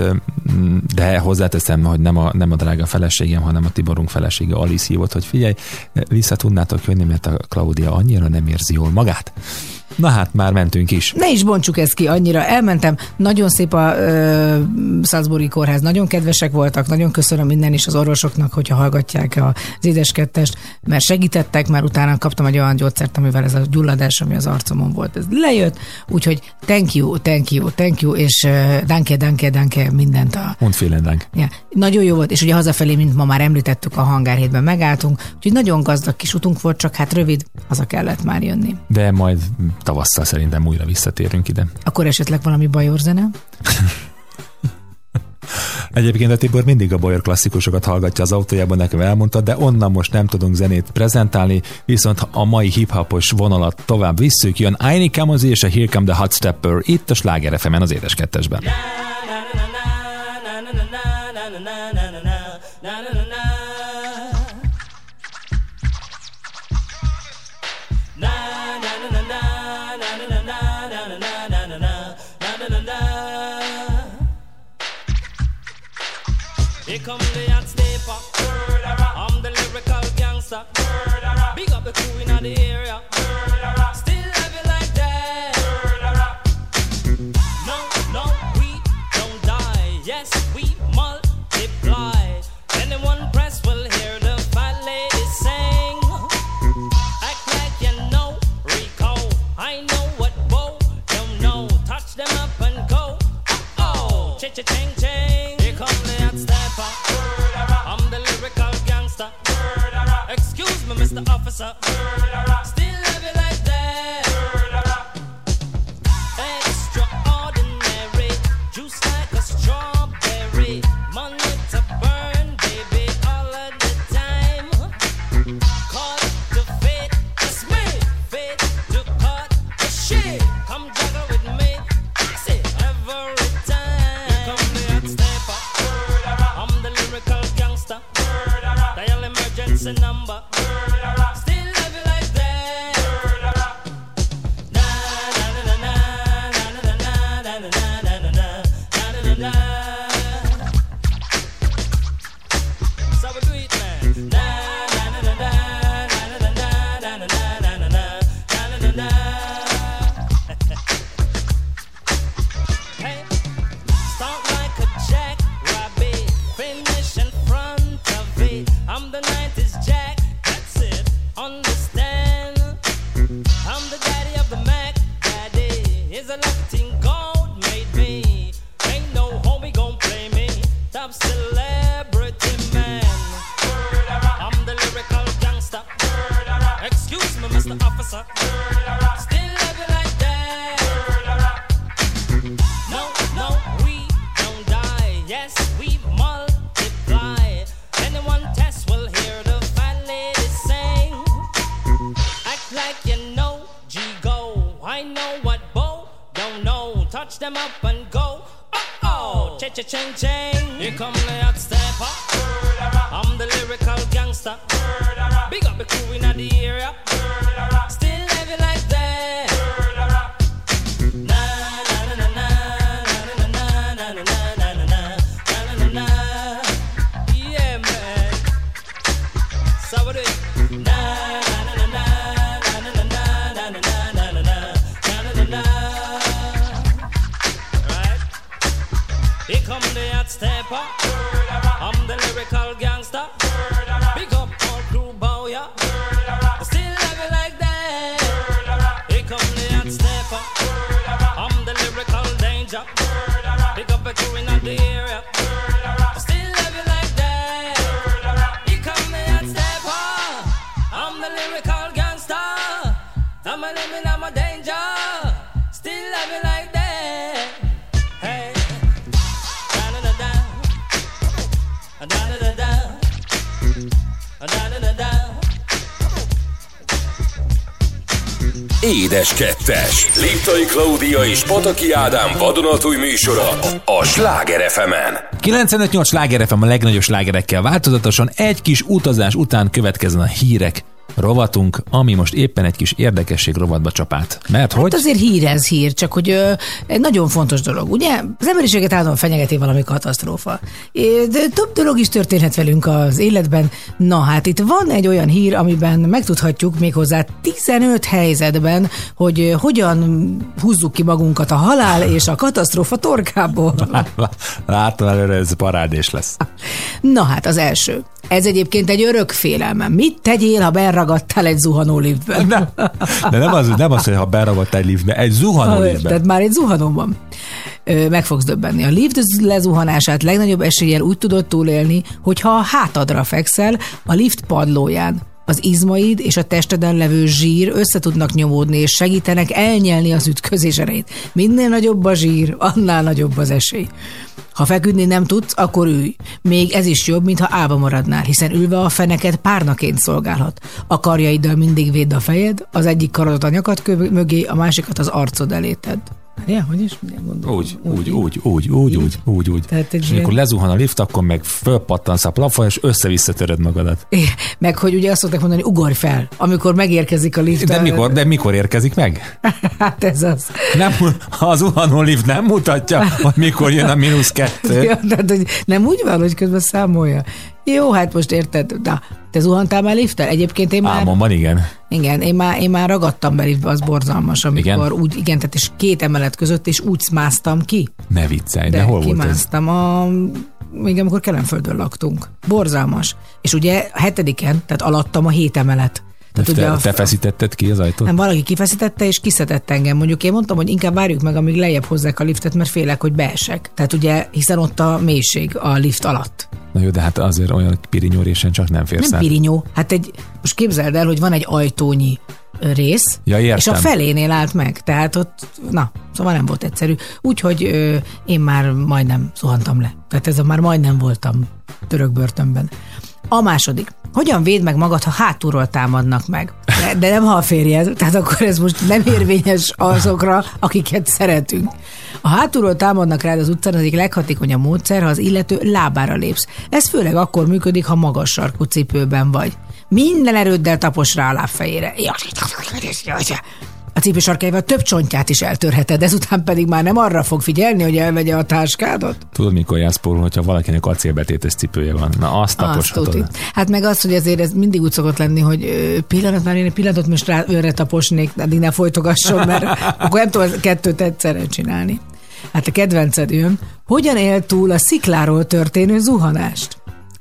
de hozzáteszem, hogy nem a, nem a drága feleségem, hanem a Tiborunk felesége Alice hívott, hogy figyelj, vissza tudnátok jönni, mert a Klaudia annyira nem érzi jól magát. Na hát, már mentünk is. Ne is bontsuk ezt ki annyira. Elmentem, nagyon szép a ö, Salzburgi kórház, nagyon kedvesek voltak, nagyon köszönöm minden is az orvosoknak, hogyha hallgatják az édeskettest, mert segítettek, mert utána kaptam egy olyan gyógyszert, amivel ez a gyulladás, ami az arcomon volt, ez lejött, úgyhogy thank you, thank you, thank you, és uh, danke, danke, danke, mindent a... Mondd vielen Dank. Ja, nagyon jó volt, és ugye hazafelé, mint ma már említettük, a hangárhétben megálltunk, úgyhogy nagyon gazdag kis utunk volt, csak hát rövid, haza kellett már jönni. De majd tavasszal szerintem újra visszatérünk ide. Akkor esetleg valami bajor zene? Egyébként a Tibor mindig a bajor klasszikusokat hallgatja az autójában, nekem elmondta, de onnan most nem tudunk zenét prezentálni, viszont a mai hip-hopos vonalat tovább visszük, jön Aini Kamosi és a Here Come the Hot Stepper itt a Sláger ef emen az Édes Kettesben. Here come the hot stepper. I'm the lyrical gangster. Big up the crew in the area. Still have it like that. No, no, we don't die. Yes, we multiply. Anyone press will hear the fat lady sing. Act like you know Rico. I know what Bo don't know. Touch them up and go. Oh, cha-cha-ching, ching. Here come the hot stepper. I'm the lyrical gangster. Excuse me, Mister Officer. Still have it like that. Extraordinary. Juice like a strawberry. Money to burn, baby, all of the time. Caught the fate, it's me. Fate to cut the shit. Come juggle with me. That's it, every time. Here come the hot stepper. I'm the lyrical gangster. Dial emergency number. Still have it like that. Na na na na na na na na. top celebrity man. I'm the lyrical gangster. Excuse me, Mister Officer. Still love you like that. No, no, we don't die. Yes, we multiply. Anyone test will hear the fat lady sing. Act like you know, G go. I know what Bo don't know. Touch them up and go. Oh oh, cha cha ching ching. Here come the hot stepper. I'm the lyrical gangster. Big up the crew in the area. Still love you like that. Na na na na na na na na na na na na na na. Yeah man. So what do it? Na na na na na na na na na na na na na na. Right? Here come the hot stepper. I'm the lyrical gangster. Big up all crew bow ya. Still love you like that. Here come the hot stepper. I'm the lyrical danger. Big up the crew in the area. Still love you like that. Here come the hot stepper. I'm the lyrical gangster. I'm a living, I'm a danger. Still love you like that. Hey. Da-da-da-da. Da-da-da-da. Da-da-da-da. Édes Kettes. Liptai Klaudia és Pataki Ádám vadonatúj műsora a Sláger ef emen. kilencvenöt nyolc Sláger ef em a legnagyobb slágerekkel változatosan. Egy kis utazás után következzen a hírek rovatunk, ami most éppen egy kis érdekesség rovatba csap át. Mert hát hogy... azért hír ez hír, csak hogy ö, egy nagyon fontos dolog. Ugye az emberiséget állandóan fenyegeti valami katasztrófa. De több dolog is történhet velünk az életben. Na hát itt van egy olyan hír, amiben megtudhatjuk méghozzá tizenöt helyzetben, hogy hogyan húzzuk ki magunkat a halál és a katasztrófa torkából. Látom előre, ez parádés lesz. Na hát az első. Ez egyébként egy örök félelmem. Mit tegyél, ha beragadtál egy zuhanó liftben? De, de nem, az, nem az, hogy ha beragadtál egy liftben, egy zuhanó liftben. Tehát már egy zuhanó van. Ö, meg fogsz döbbenni. A lift lezuhanását legnagyobb eséllyel úgy tudod túlélni, hogyha a hátadra fekszel a lift padlóján. Az izmaid és a testeden levő zsír össze tudnak nyomódni, és segítenek elnyelni az ütközés erejét. Minél nagyobb a zsír, annál nagyobb az esély. Ha feküdni nem tudsz, akkor ülj. Még ez is jobb, mintha álva maradnál, hiszen ülve a feneket párnaként szolgálhat. A karjaiddal mindig védd a fejed, az egyik karodat a nyakad mögé, a másikat az arcod elé tedd. Ja, hogy is? Úgy, úgy, úgy, úgy, úgy, úgy, úgy, úgy. És ilyen... amikor lezuhan a lift, akkor meg fölpattansz a plafon, és össze-visszatöröd magadat. É, meg hogy ugye azt szokták mondani, ugorj fel, amikor megérkezik a lift. De mikor, de mikor érkezik meg? Hát ez az. Nem, a zuhanó lift nem mutatja, hogy mikor jön a mínusz kettő. Ja, tehát, hogy nem úgy van, hogy közben számolja. Jó, hát most érted. Na, te zuhantál már lifttel? Egyébként én már... Álmomban, igen. Igen, én már, én már ragadtam be liftbe, az borzalmas, amikor igen? úgy, igen, tehát és két emelet között, és úgy másztam ki. Ne viccelj, de, de hol volt ez? kimásztam a... még amikor Kelenföldön laktunk. Borzalmas. És ugye a hetediken, tehát alattam a hét emelet. Tehát te, a, te feszítetted ki az ajtót? Nem, valaki kifeszítette és kiszedett engem. Mondjuk én mondtam, hogy inkább várjuk meg, amíg lejjebb hozzák a liftet, mert félek, hogy beesek. Tehát ugye, hiszen ott a mélység a lift alatt. Na jó, de hát azért olyan pirinyórésen csak nem férsz. Nem pirinyó. Hát egy, most képzeld el, hogy van egy ajtónyi rész, ja, és a felénél állt meg. Tehát ott, na, szóval nem volt egyszerű. Úgyhogy ö, én már majdnem zuhantam le. Tehát ez a már majdnem voltam török börtönben. A második. Hogyan védd meg magad, ha hátulról támadnak meg? De, de nem, ha a férjed, tehát akkor ez most nem érvényes azokra, akiket szeretünk. A hátulról támadnak rád az utcán, az egyik leghatékonyabb módszer, ha az illető lábára lépsz. Ez főleg akkor működik, ha magas sarkú cipőben vagy. Minden erőddel taposd rá a lábfejére. A cipő sarkáival több csontját is eltörheted, ezután pedig már nem arra fog figyelni, hogy elvegye a táskádat. Tudod, mikor jársz pólón, hogyha valakinek acélbetétes cipője van? Na, azt taposhatod. Hát meg az, hogy azért ez mindig úgy szokott lenni, hogy pillanat már én egy pillanatot most rá őre taposnék, addig ne folytogasson, mert akkor nem tudom kettőt egyszerre csinálni. Hát a kedvenced jön, hogyan él túl a szikláról történő zuhanást?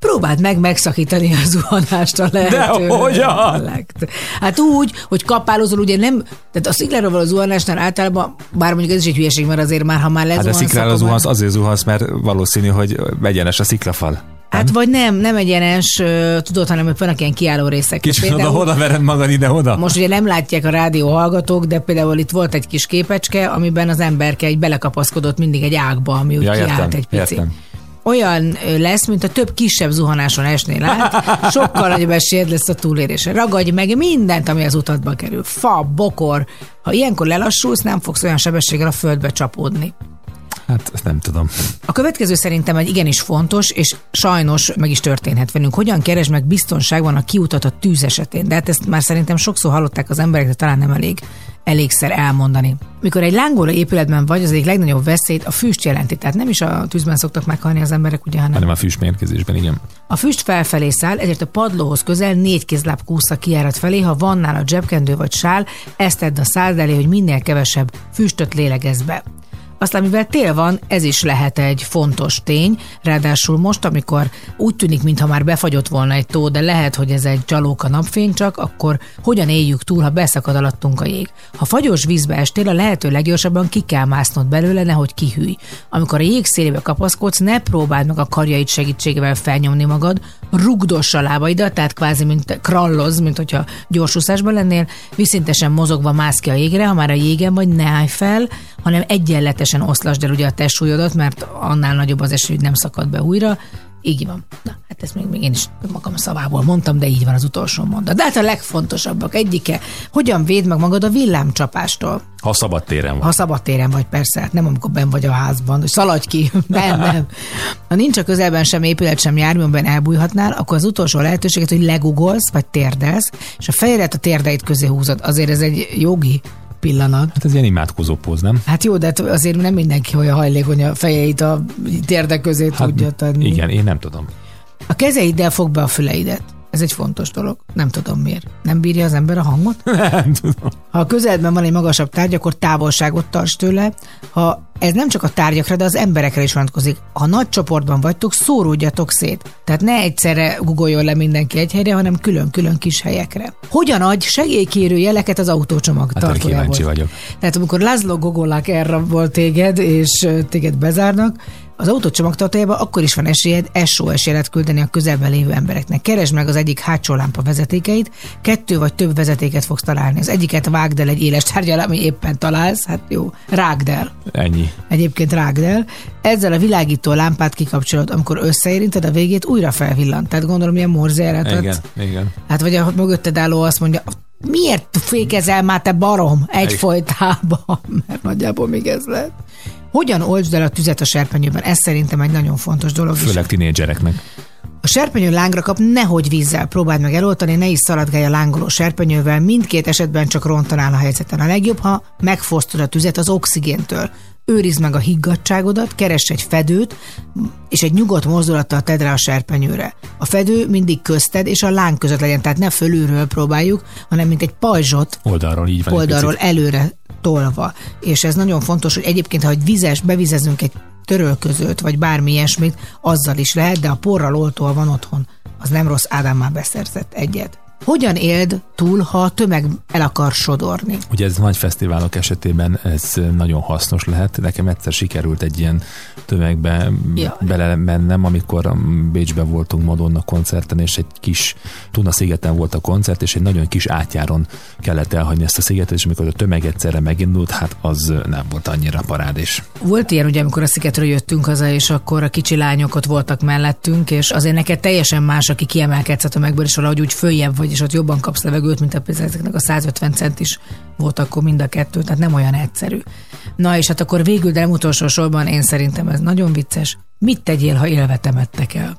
próbáld meg megszakítani a zuhanást a lehető. De hogyan? Legt. Hát úgy, hogy kapálozol, ugye nem, tehát a szikláról való zuhanásnál általában, bár mondjuk ez is egy hülyeség, mert azért már, ha már lezuhansz. Hát a sziklára zuhansz, azért zuhansz, mert valószínű, hogy egyenes a sziklafal. Hát vagy nem, nem egyenes, tudod, hanem hogy vannak ilyen kiálló részek. Kicsit oda-oda vered magad ide-oda. Most ugye nem látják a rádió hallgatók, de például itt volt egy kis képecske, amiben az emberke egy belekapaszkodott mindig egy ágba, ami úgy ja, kiállt értem, egy pici. Értem. Olyan lesz, mint a több kisebb zuhanáson esnél át, sokkal nagyobb esélyed lesz a túlérésre. Ragadj meg mindent, ami az utadba kerül. Fa, bokor. Ha ilyenkor lelassulsz, nem fogsz olyan sebességgel a földbe csapódni. Hát ezt nem tudom. A következő szerintem egy igenis fontos, és sajnos meg is történhet velünk. Hogyan keresd meg biztonságban a kiutat a tűz esetén? De hát ezt már szerintem sokszor hallották az emberek, de talán nem elég elégszer elmondani. Mikor egy lángoló épületben vagy, az egyik legnagyobb veszélyt a füst jelenti. Tehát nem is a tűzben szoktak meghalni az emberek, ugye, hanem, hanem a füstmérgezésben, igen. A füst felfelé száll, ezért a padlóhoz közel négy kézláb kúsz a kijárat felé, ha van nála zsebkendő vagy sál, ezt tedd a szád elé, hogy minél kevesebb füstöt lélegezz be. Aztán, mivel tél van, ez is lehet egy fontos tény, ráadásul most, amikor úgy tűnik, mintha már befagyott volna egy tó, de lehet, hogy ez egy csalóka napfény csak, akkor hogyan éljük túl, ha beszakad alattunk a jég? Ha fagyos vízbe estél, a lehető leggyorsabban ki kell másznod belőle, nehogy kihűj. Amikor a jég szélébe kapaszkodsz, ne próbáld meg a karjaid segítségével felnyomni magad, rugdoss a lábaidat, tehát kvázi mint kralloz, mint hogyha gyorsúszásban lennél, viszintesen mozogva mász ki a jégre, ha már a jégen vagy, ne állj fel, hanem egyenletesen oszlasd el ugye a testsúlyodat, mert annál nagyobb az esély, hogy nem szakad be újra. Így van. Na, hát ezt még, még én is magam szavából mondtam, de így van az utolsó mondat. De hát a legfontosabbak egyike, hogyan védd meg magad a villámcsapástól. Ha szabadtéren vagy. Ha szabadtéren vagy, persze, hát nem amikor benn vagy a házban, hogy szaladj ki. Nem, nem. Ha nincs a közelben sem épület, sem jármű, amiben elbújhatnál, akkor az utolsó lehetőséget, hogy legugolsz, vagy térdelsz, és a fejedet a térdeid közé húzod. Azért ez egy jogi pillanat. Hát ez ilyen imádkozó póz, nem? Hát jó, de azért nem mindenki olyan hajlékony a fejeit a térdek közé hát tudja tenni. Igen, én nem tudom. A kezeiddel fog be a füleidet. Ez egy fontos dolog. Nem tudom miért. Nem bírja az ember a hangot? Nem tudom. Ha a közeledben van egy magasabb tárgy, akkor távolságot tarts tőle. Ha ez nem csak a tárgyakra, de az emberekre is vonatkozik. Ha nagy csoportban vagytok, szóródjatok szét. Tehát ne egyszerre guggoljon le mindenki egy helyre, hanem külön-külön kis helyekre. Hogyan adj segélykérő jeleket az autócsomag hát tartójából? Kíváncsi vagyok. Tehát amikor László Gogolák elrabolt téged, és téged bezárnak, az autó csomagtartójában akkor is van esélyed es o es jelet küldeni a közelben lévő embereknek. Keresd meg az egyik hátsó lámpa vezetékeit, kettő vagy több vezetéket fogsz találni. Az egyiket vágd el egy éles tárgyal, ami éppen találsz, hát jó, rágd el. Ennyi. Egyébként rágd el. Ezzel a világító lámpát kikapcsolod, amikor összeérinted, a végét újra felvillant. Tehát gondolom, ilyen morzéletet. Igen, igen. Hát vagy a mögötted álló azt mondja, miért fékezel már te barom egyfolytában? Mert nagyjából még ez lehet. Hogyan oldsd el a tüzet a serpenyőben? Ez szerintem egy nagyon fontos dolog. Főleg tinédzsereknek. A serpenyő lángra kap, nehogy vízzel próbáld meg eloltani, ne is szaladgálj a lángoló serpenyővel, mindkét esetben csak rontanál a helyzeten. A legjobb, ha megfosztod a tüzet az oxigéntől. Őrizd meg a higgadtságodat, keress egy fedőt, és egy nyugodt mozdulattal tedd rá a serpenyőre. A fedő mindig közted és a láng között legyen, tehát ne fölülről próbáljuk, hanem mint egy pajzsot oldalról, így van, oldalról előre tolva. És ez nagyon fontos, hogy egyébként, ha egy vizes, bevizezünk egy törölközőt, vagy bármi ilyesmit, azzal is lehet, de a porral oltóval van otthon. Az nem rossz, Ádám már beszerzett egyet. Hogyan éld túl, ha a tömeg el akar sodorni? Ugye ez nagy fesztiválok esetében ez nagyon hasznos lehet. Nekem egyszer sikerült egy ilyen tömegbe ja. belemennem, amikor Bécsben voltunk Madonna koncerten, és egy kis Tuna-szigeten volt a koncert, és egy nagyon kis átjáron kellett elhagyni ezt a szigetet, és amikor a tömeg egyszerre megindult, hát az nem volt annyira parádés. Volt ilyen, ugye, amikor a szigetről jöttünk haza, és akkor a kicsi lányok ott voltak mellettünk, és azért neked teljesen más, aki kiemelkedsz a tömegből, és valahogy úgy följebb vagy, és ott jobban kapsz levegőt, mint a ezeknek a százötven cent is volt akkor mind a kettő, tehát nem olyan egyszerű. Na és hát akkor végül, de nem utolsó sorban, én szerintem ez nagyon vicces. Mit tegyél, ha élve temettek el?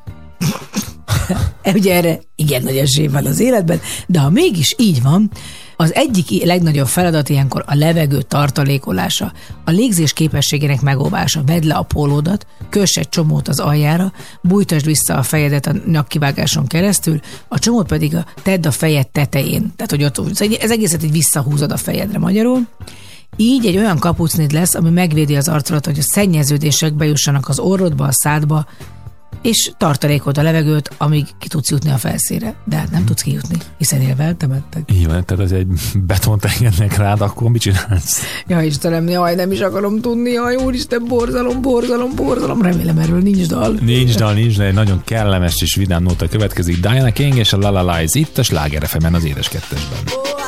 Ugye erre igen nagy esély van az életben, de ha mégis így van, az egyik legnagyobb feladat ilyenkor a levegő tartalékolása, a légzés képességének megóvása. Vedd le a pólódat, köss egy csomót az aljára, bújtasd vissza a fejedet a nyakkivágáson keresztül, a csomót pedig a, tedd a fejed tetején. Tehát, hogy ott, ez egészet így visszahúzod a fejedre magyarul. Így egy olyan kapucnid lesz, ami megvédi az arcodat, hogy a szennyeződések bejussanak az orrodba, a szádba, és tartalékold a levegőt, amíg ki tudsz jutni a felszínre. De hát nem tudsz kijutni, hiszen élve eltemettek. Így van, tehát az egy betont engednek rád, akkor mit csinálsz? Ja, Istenem, jaj, nem is akarom tudni, jaj, úristen, borzalom, borzalom, borzalom, remélem erről nincs dal. Nincs dal, nincs, de egy nagyon kellemes és vidám nóta következik. Diana King és a La La Lies itt a Sláger ef emen az Édes Kettesben.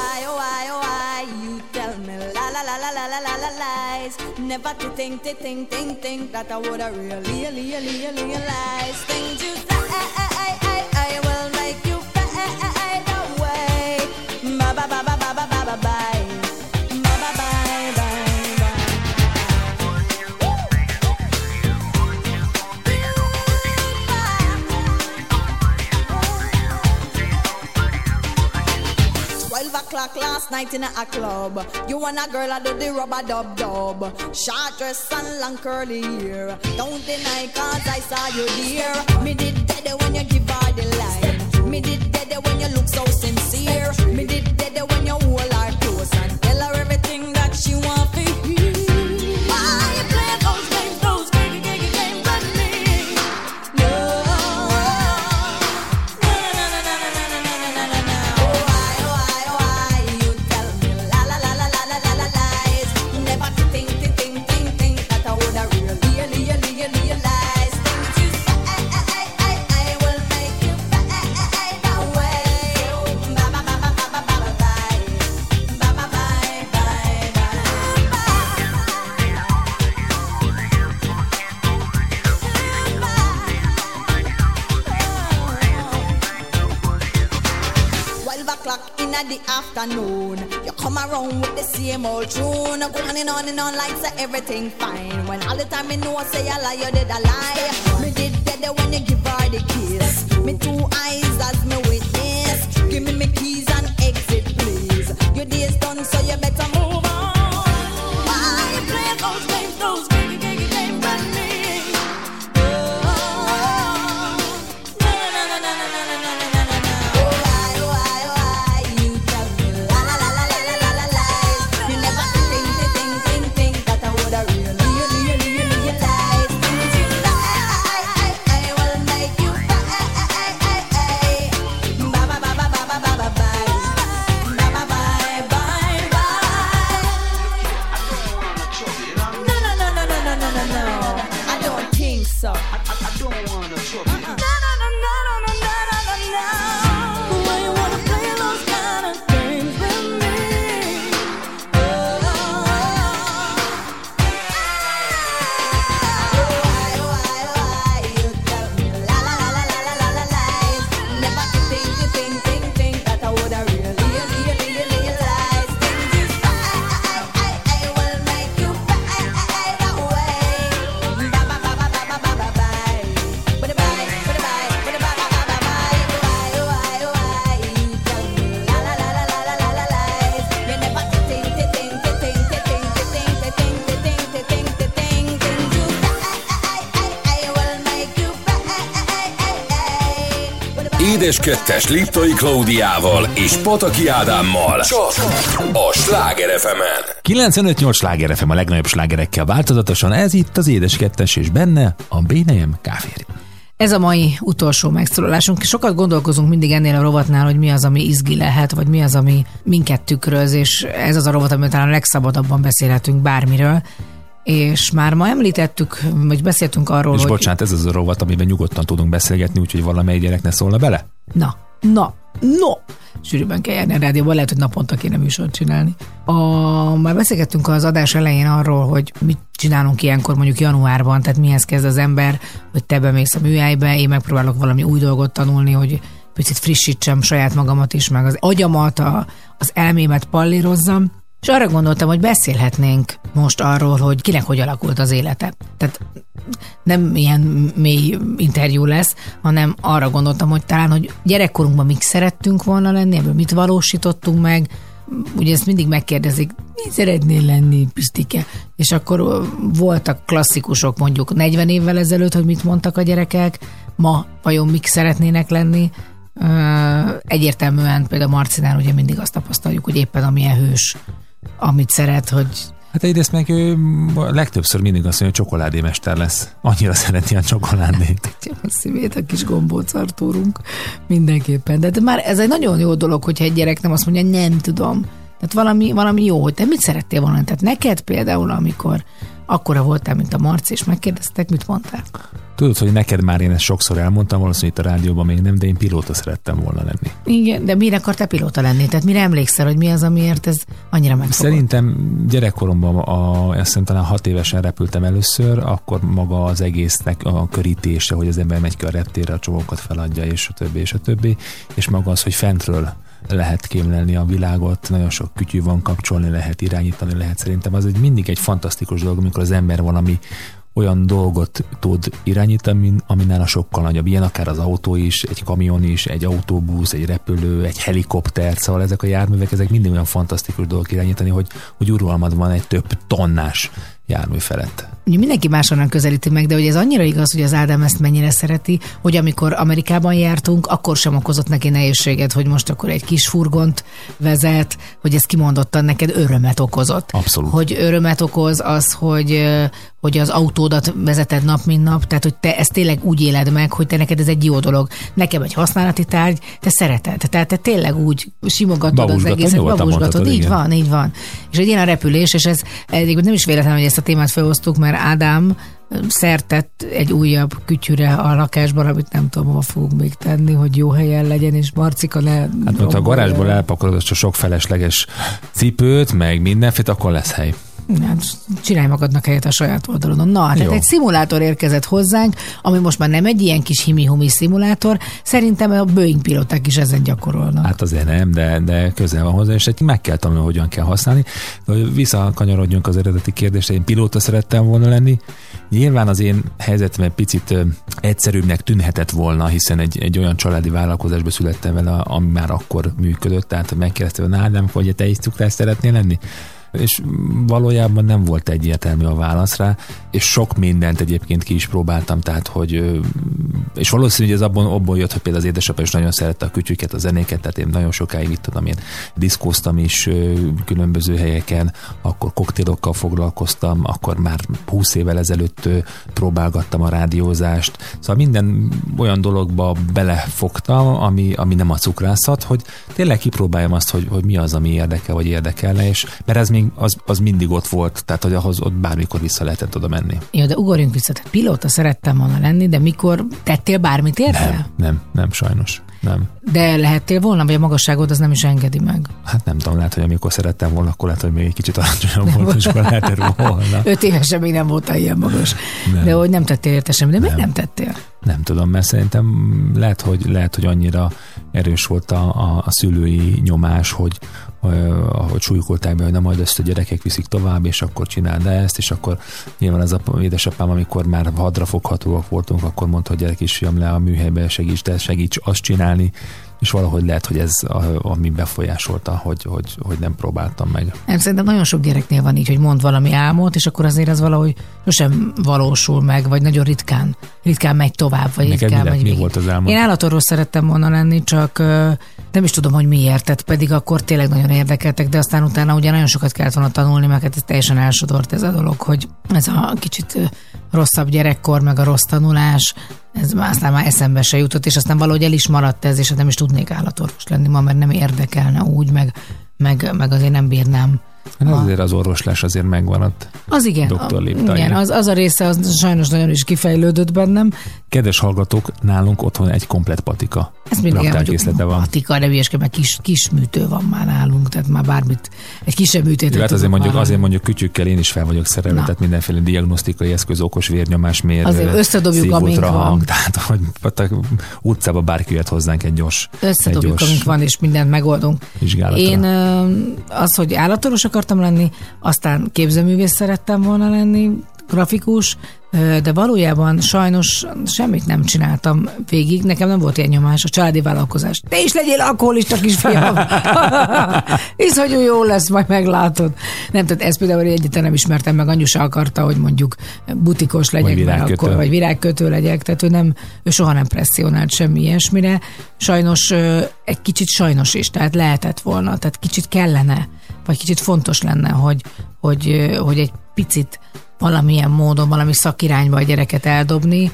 Never to think, to think, think, think that I would have really, really, really realized things you say, I will make you fade away. Ba ba ba ba ba ba ba ba bye. Ba ba bye bye bye. Twelve o'clock last night in a club. You and a girl I do the rubber dub dub. Short dress and long curly hair. Don't deny cause I saw you there. Me did dead when you give her the line. Me did dead when you look so sincere. Me did dead when you hold her close and tell her everything that she want to hear. Why you play those games, those games, games, games with me? No. No, no, no, no, no, no, no, no, no, no, no. Oh, why, oh, why, oh, why you tell me la la la la la la la la lies? Never to think, to think, think, think that I would have really, really, really realized things you say. I will make you fade away. Ba ba ba ba ba ba ba ba bye. Ba ba bye bye bye. Twelve o'clock in the afternoon, you come around with the same old tune, go on and on and on like say everything fine. When all the time me know I say a lie, you did a lie. Me did dead when you give her the kiss. Me two eyes as me witness. Give me me keys and exit, please. Your day's done, so you better move on. Why you play those games, those games, games, games with me? Oh, no, no, no, no, no, no, no, no, no, no, no. Oh, why, oh, why, oh, why you tell me la la la la la la la la lies? You never think, think, think, think, think that I would have really, really, really realized things you say. I will make you fade. Ba ba ba ba ba ba ba ba bye. Ba ba bye bye bye. No no no no no no no no no. I don't think so. I I don't wanna trouble you. No no no no no no no no no. Why you wanna play those kind of games with me? Oh. Why, why, why you tell me la la la la la la la lies? Never to think, to think, think, think that I would have really, really, really realized things you say. I will make you fade away. Ba ba ba ba ba ba ba ba bye. Ba bye, ba bye, ba ba ba ba ba bye. Why, why, why you tell me la la la la la la la la lies? You never to think, to think, to think, to think, to think, to think, to think, to think, to think things you say. I will make you fade. Édes Kettes Liptai Klaudiával és Pataki Ádámmal csak a Sláger ef emen. kilencvenöt nyolc Sláger ef em a legnagyobb slágerekkel változatosan, ez itt az Édes Kettes, és benne a Bénejem Kávéri. Ez a mai utolsó megszólalásunk. Sokat gondolkozunk mindig ennél a rovatnál, hogy mi az, ami izgi lehet, vagy mi az, ami minket tükröz, és ez az a rovat, amivel talán a legszabadabban beszélhetünk bármiről. És már ma említettük, vagy beszéltünk arról, És hogy... bocsánat, ez az a rovat, amiben nyugodtan tudunk beszélgetni, úgyhogy valamelyik gyerek ne szólna bele? Na, na, no! Sűrűben kell járni a rádióban, lehet, hogy naponta kéne műsort csinálni. A, már beszélgettünk az adás elején arról, hogy mit csinálunk ilyenkor mondjuk januárban, tehát mihez kezd az ember, hogy te bemész a műhelybe, én megpróbálok valami új dolgot tanulni, hogy picit frissítsem saját magamat is, meg az agyamat, a, az elmémet pallírozzam. És arra gondoltam, hogy beszélhetnénk most arról, hogy kinek hogy alakult az élete. Tehát nem ilyen mély interjú lesz, hanem arra gondoltam, hogy talán, hogy gyerekkorunkban mik szerettünk volna lenni, ebből mit valósítottunk meg. Ugye ezt mindig megkérdezik, mi szeretnél lenni, Pistike? És akkor voltak klasszikusok mondjuk negyven évvel ezelőtt, hogy mit mondtak a gyerekek, ma vajon mik szeretnének lenni. Egyértelműen például Marcinál ugye mindig azt tapasztaljuk, hogy éppen amilyen hős, amit szeret, hogy Hát egyrészt meg ő legtöbbször mindig azt mondja, hogy csokoládémester lesz. Annyira szereti a csokoládét. A szívét, a kis gombóc Artúrunk. Mindenképpen. De, de már ez egy nagyon jó dolog, hogyha egy gyerek nem azt mondja, nem tudom. Tehát valami, valami jó, hogy te mit szerettél volna? Tehát neked például, amikor akkora voltál, mint a Marci, és megkérdeztek, mit mondtál? Tudod, hogy neked már én ezt sokszor elmondtam, valószínűleg itt a rádióban még nem, de én pilóta szerettem volna lenni. Igen, de mire akartál pilóta lenni? Tehát mire emlékszel, hogy mi az, amiért ez annyira megfogott? Szerintem gyerekkoromban, a, azt hiszem talán hat évesen repültem először, akkor maga az egésznek a körítése, hogy az ember megy ki a reptérre, a csomókat feladja, és a többi, és a többi, és maga az, hogy fentről lehet kémlelni a világot, nagyon sok kütyű van, kapcsolni lehet, irányítani lehet. Szerintem az egy mindig egy fantasztikus dolog, amikor az ember valami olyan dolgot tud irányítani, ami nála sokkal nagyobb. Ilyen akár az autó is, egy kamion is, egy autóbusz, egy repülő, egy helikopter, szóval ezek a járművek, ezek mindig olyan fantasztikus dolgok irányítani, hogy, hogy uralmad van egy több tonnás jármű felett. Ugye mindenki máshonnan közelíti meg, de hogy ez annyira igaz, hogy az Ádám ezt mennyire szereti, hogy amikor Amerikában jártunk, akkor sem okozott neki nehézséget, hogy most akkor egy kis furgont vezet, hogy ez kimondottan neked örömet okozott. Abszolút. Hogy örömet okoz az, hogy, hogy az autódat vezeted nap, mint nap, tehát hogy te ezt tényleg úgy éled meg, hogy te neked ez egy jó dolog. Nekem egy használati tárgy, te szereted. Tehát te tényleg úgy simogatod az egészet, babusgatod. Így igen. van, így van. És egy ilyen a repülés, és ez egyébként nem is véletlen, hogy ezt a témát felhoztuk, mert Ádám szertett egy újabb kütyűre a lakásban, amit nem tudom, hova fogunk még tenni, hogy jó helyen legyen, és Marcika ne... Hát mert a garázsból elpakolod azt a sok felesleges cipőt, meg mindenféle, akkor lesz hely. Hát, csinálj magadnak helyet a saját oldalon. Na, tehát egy szimulátor érkezett hozzánk, ami most már nem egy ilyen kis himi-humi szimulátor, szerintem a Boeing pilóták is ezen gyakorolnak. Hát azért nem, de, de közel van hozzá, és egy meg kell tanulni, hogyan kell használni. De hogy visszakanyarodjunk az eredeti kérdésre, én pilóta szerettem volna lenni. Nyilván az én helyzetem egy picit egyszerűbbnek tűnhetett volna, hiszen egy, egy olyan családi vállalkozásba születtem vele, ami már akkor működött, tehát megkérdeztem, hogy Ádám, hogy te is cukrás szeretnél lenni? És valójában nem volt egyértelmű a válasz rá, és sok mindent egyébként ki is próbáltam, tehát hogy, és valószínű, hogy ez abból, abból jött, hogy például az édesapja is nagyon szerette a kütyüket, a zenéket, tehát én nagyon sokáig itt tudom, én diszkóztam is különböző helyeken, akkor koktélokkal foglalkoztam, akkor már húsz évvel ezelőtt próbálgattam a rádiózást, szóval minden olyan dologba belefogtam, ami, ami nem a cukrászat, hogy tényleg kipróbáljam azt, hogy, hogy mi az, ami érdekel, vagy érdekelne, és mert ez Az, az mindig ott volt, tehát hogy ahhoz ott bármikor vissza lehetett oda menni. Jó, de ugorjunk vissza, tehát pilóta szerettem volna lenni, de mikor tettél bármit érte? Nem, nem, nem, sajnos. Nem. De lehettél volna, vagy a magasságod az nem is engedi meg? Hát nem tudom, lehet, hogy amikor szerettem volna, akkor lehet, hogy még egy kicsit alacsonyabb volt, és akkor lehetett volna. Öt évesen még nem voltál ilyen magas. Nem. De hogy nem tettél érte semmi, de nem. miért nem tettél? Nem tudom, mert szerintem lehet, hogy, lehet, hogy annyira erős volt a, a, a szülői nyomás, hogy ahogy súlykolták be, hogy na majd ezt a gyerekek viszik tovább, és akkor csináld ezt, és akkor nyilván az a édesapám, amikor már hadra foghatóak voltunk, akkor mondta, hogy gyerek is fiam le a műhelybe, segíts, de segíts azt csinálni, és valahogy lehet, hogy ez a, ami befolyásolta, hogy, hogy, hogy nem próbáltam meg. Nem, szerintem nagyon sok gyereknél van így, hogy mond valami álmot, és akkor azért az valahogy sosem valósul meg, vagy nagyon ritkán, ritkán megy tovább, vagy neked ritkán megy mi volt az álmod? Én állatorvos szerettem volna lenni, csak nem is tudom, hogy miért, tehát pedig akkor tényleg nagyon érdekeltek, de aztán utána ugye nagyon sokat kellett volna tanulni, mert hát ez teljesen elsodort ez a dolog, hogy ez a kicsit rosszabb gyerekkor, meg a rossz tanulás, ez már aztán már eszembe se jutott, és aztán valahogy el is maradt ez, és nem is tudnék állatorvos lenni ma, mert nem érdekelne úgy, meg, meg, meg azért nem bírnám. Hát azért az orvoslás azért megvan ott. Az igen. doktor Igen, az, az a része az sajnos nagyon is kifejlődött bennem. Kedves hallgatók, nálunk otthon egy komplett patika. Ez mindig raktárkészlete van. Patika, de hülyeskedj, meg kis, kis műtő van már nálunk, tehát már bármit, egy kisebb műtét. Jó, hát azért mondjuk, azért mondjuk kütyükkel én is fel vagyok szerelve, tehát mindenféle diagnosztikai eszköz, okos vérnyomásmérő, azért összedobjuk, amink van. Tehát, hogy utcába bárki jött hozzánk egy gyors Összedobjuk, egy gyors amink van, és mindent megoldunk. Vizsgálatra. Én az, hogy állatorvos akartam lenni, aztán képzőművész szerettem volna lenni, grafikus, de valójában sajnos semmit nem csináltam végig. Nekem nem volt ilyen nyomás, a családi vállalkozás. Te is legyél alkoholista, kisfiam! Hisz, hogy jó lesz, majd meglátod. Nem, tehát ezt például egyáltalán nem ismertem meg, anyusa akarta, hogy mondjuk butikos legyek, vagy virágkötő, akkor, vagy virágkötő legyek, tehát ő, nem, ő soha nem presszionált semmi ilyesmire. Sajnos egy kicsit sajnos is, tehát lehetett volna, tehát kicsit kellene vagy kicsit fontos lenne, hogy, hogy, hogy egy picit valamilyen módon, valami szakirányba a gyereket eldobni.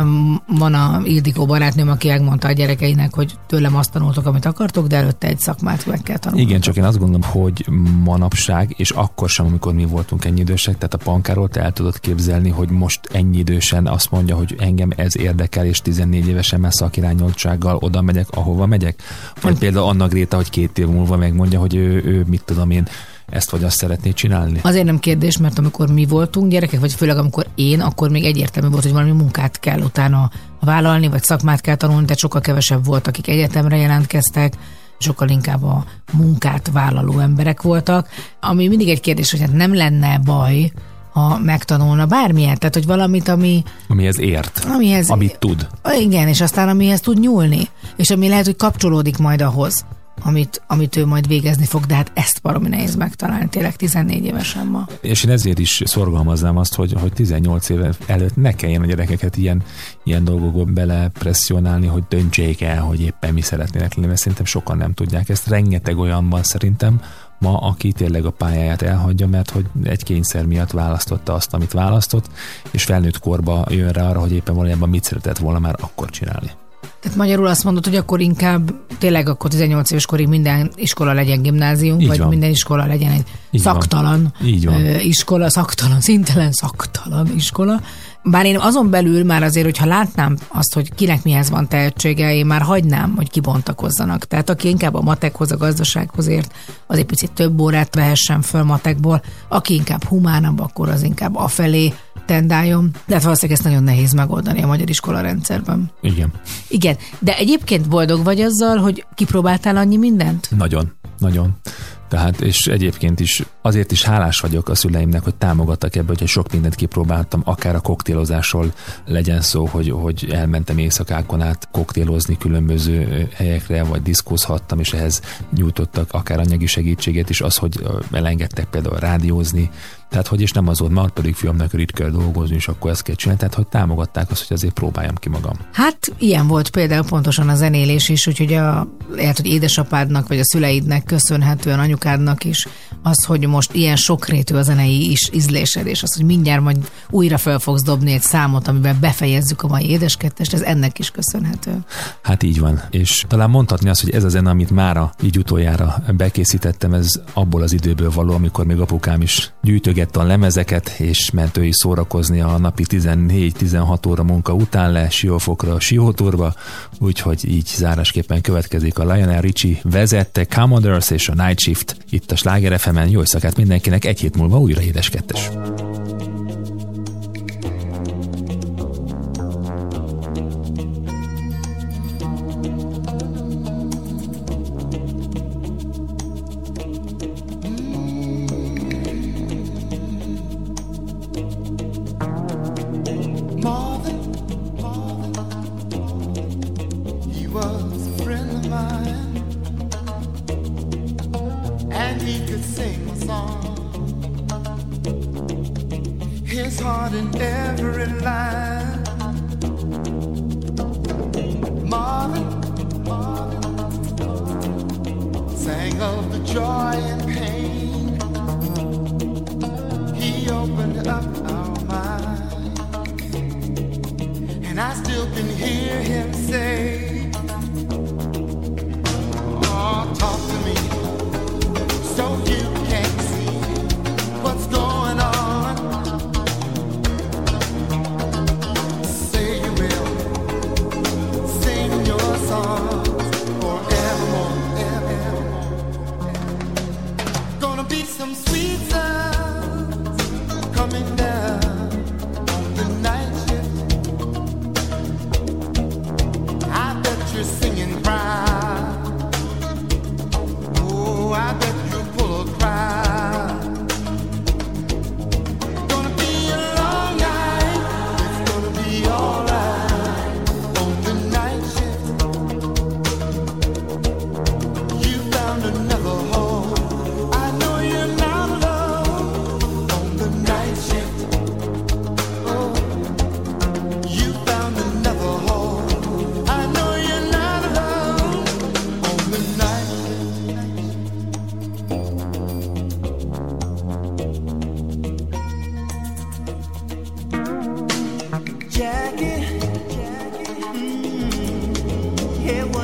Van a Ildikó barátnőm, aki megmondta a gyerekeinek, hogy tőlem azt tanultok, amit akartok, de előtte egy szakmát meg kell tanulni. Igen, csak én azt gondolom, hogy manapság, és akkor sem, amikor mi voltunk ennyi idősek, tehát a Pankáról te el tudod képzelni, hogy most ennyi idősen azt mondja, hogy engem ez érdekel, és tizennégy évesen már szakirányoltsággal oda megyek, ahova megyek. Vagy például Anna Gréta, hogy két év múlva megmondja, hogy ő, ő mit tudom én, ezt vagy azt szeretné csinálni? Azért nem kérdés, mert amikor mi voltunk gyerekek, vagy főleg amikor én, akkor még egyértelmű volt, hogy valami munkát kell utána vállalni, vagy szakmát kell tanulni, tehát sokkal kevesebb volt, akik egyetemre jelentkeztek, sokkal inkább a munkát vállaló emberek voltak, ami mindig egy kérdés, hogy hát nem lenne baj, ha megtanulna bármilyen, tehát hogy valamit, ami... Amihez ért, amihez, amit tud. Igen, és aztán amihez tud nyúlni, és ami lehet, hogy kapcsolódik majd ahhoz, amit, amit ő majd végezni fog, de hát ezt baromi nehéz megtalálni, tényleg tizennégy évesen ma. És én ezért is szorgalmaznám azt, hogy, hogy tizennyolc éve előtt ne kelljen a gyerekeket ilyen, ilyen dolgokba belepresszionálni, hogy döntsék el, hogy éppen mi szeretnének lenni, mert szerintem sokan nem tudják ezt. Rengeteg olyan van szerintem ma, aki tényleg a pályáját elhagyja, mert hogy egy kényszer miatt választotta azt, amit választott, és felnőtt korba jön rá arra, hogy éppen valójában mit szeretett volna már akkor csinálni. Tehát magyarul azt mondod, hogy akkor inkább tényleg akkor tizennyolc éves korig minden iskola legyen gimnázium, így vagy van. Minden iskola legyen egy így szaktalan van. iskola, szaktalan, szintelen szaktalan iskola. Bár én azon belül már azért, hogyha látnám azt, hogy kinek mihez van tehetsége, én már hagynám, hogy kibontakozzanak. Tehát aki inkább a matekhoz, a gazdasághoz ért, az egy picit több órát vehessen föl matekból, aki inkább humánabb, akkor az inkább afelé tendáljon. De hát valószínűleg ezt nagyon nehéz megoldani a magyar iskola rendszerben. Igen. Igen, de egyébként boldog vagy azzal, hogy kipróbáltál annyi mindent? Nagyon, nagyon. Tehát, és egyébként is azért is hálás vagyok a szüleimnek, hogy támogattak ebbe, hogy sok mindent kipróbáltam, akár a koktélozásról legyen szó, hogy, hogy elmentem éjszakákon át koktélozni különböző helyekre, vagy diszkózhattam, és ehhez nyújtottak akár anyagi segítséget is, az, hogy elengedtek például rádiózni, tehát, hogy és nem az volt, már pedig fiamnak itt kell dolgozni, és akkor ezt kell csinálni, tehát, hogy támogatták azt, hogy azért próbáljam ki magam. Hát ilyen volt például pontosan a zenélés is, úgyhogy a, lehet, hogy édesapádnak, vagy a szüleidnek köszönhetően anyukádnak is az, hogy most ilyen sokrétű a zenei is ízlésed, és az, hogy mindjárt majd újra fel fogsz dobni egy számot, amiben befejezzük a mai édeskettest, ez ennek is köszönhető. Hát így van, és talán mondhatni azt, hogy ez a zene, amit mára így utoljára bekészítettem, ez abból az időből való, amikor még apukám is gyűjtögette a lemezeket, és ment ő is szórakozni a napi tizennégy-tizenhat óra munka után le Siófokra, Siótorba, úgyhogy így zárásképpen következik a Lionel Richie vezette Commodores és a Night Shift itt a Sláger ef emen. Jó éjszakát mindenkinek, egy hét múlva újra édeskettes.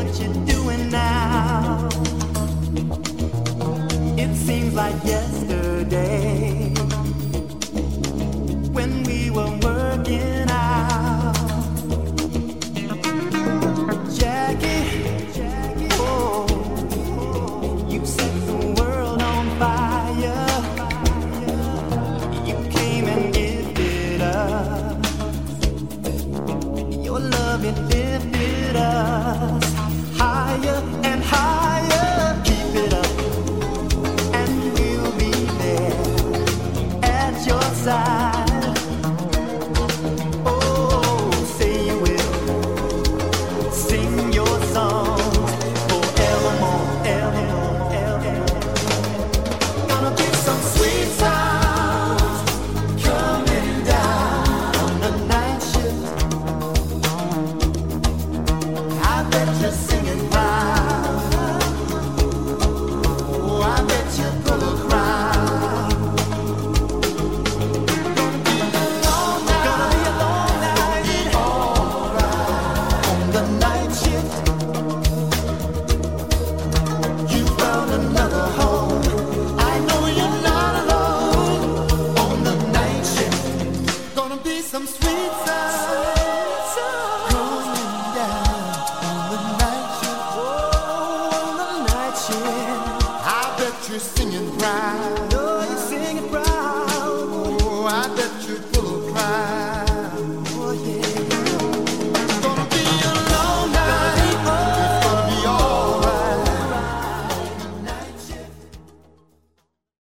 what you doing now? It seems like yesterday when we were working out. Jackie, Jackie, oh, you set the world on fire. You came and gifted us your love, it lifted us higher and higher. Keep it up, and we'll be there at your side. Oh, say you will sing your songs forevermore, evermore, evermore. Gonna be some sweet sounds coming down on the night shift. I bet you're singing loud. Oh, I bet you're full of crowd. Gonna be a long night, alright. On the night shift, you found another home. I know you're not alone. On the night shift, gonna be some sweet sounds going down on the night shift. Oh, on the night shift, I bet you're singing proud.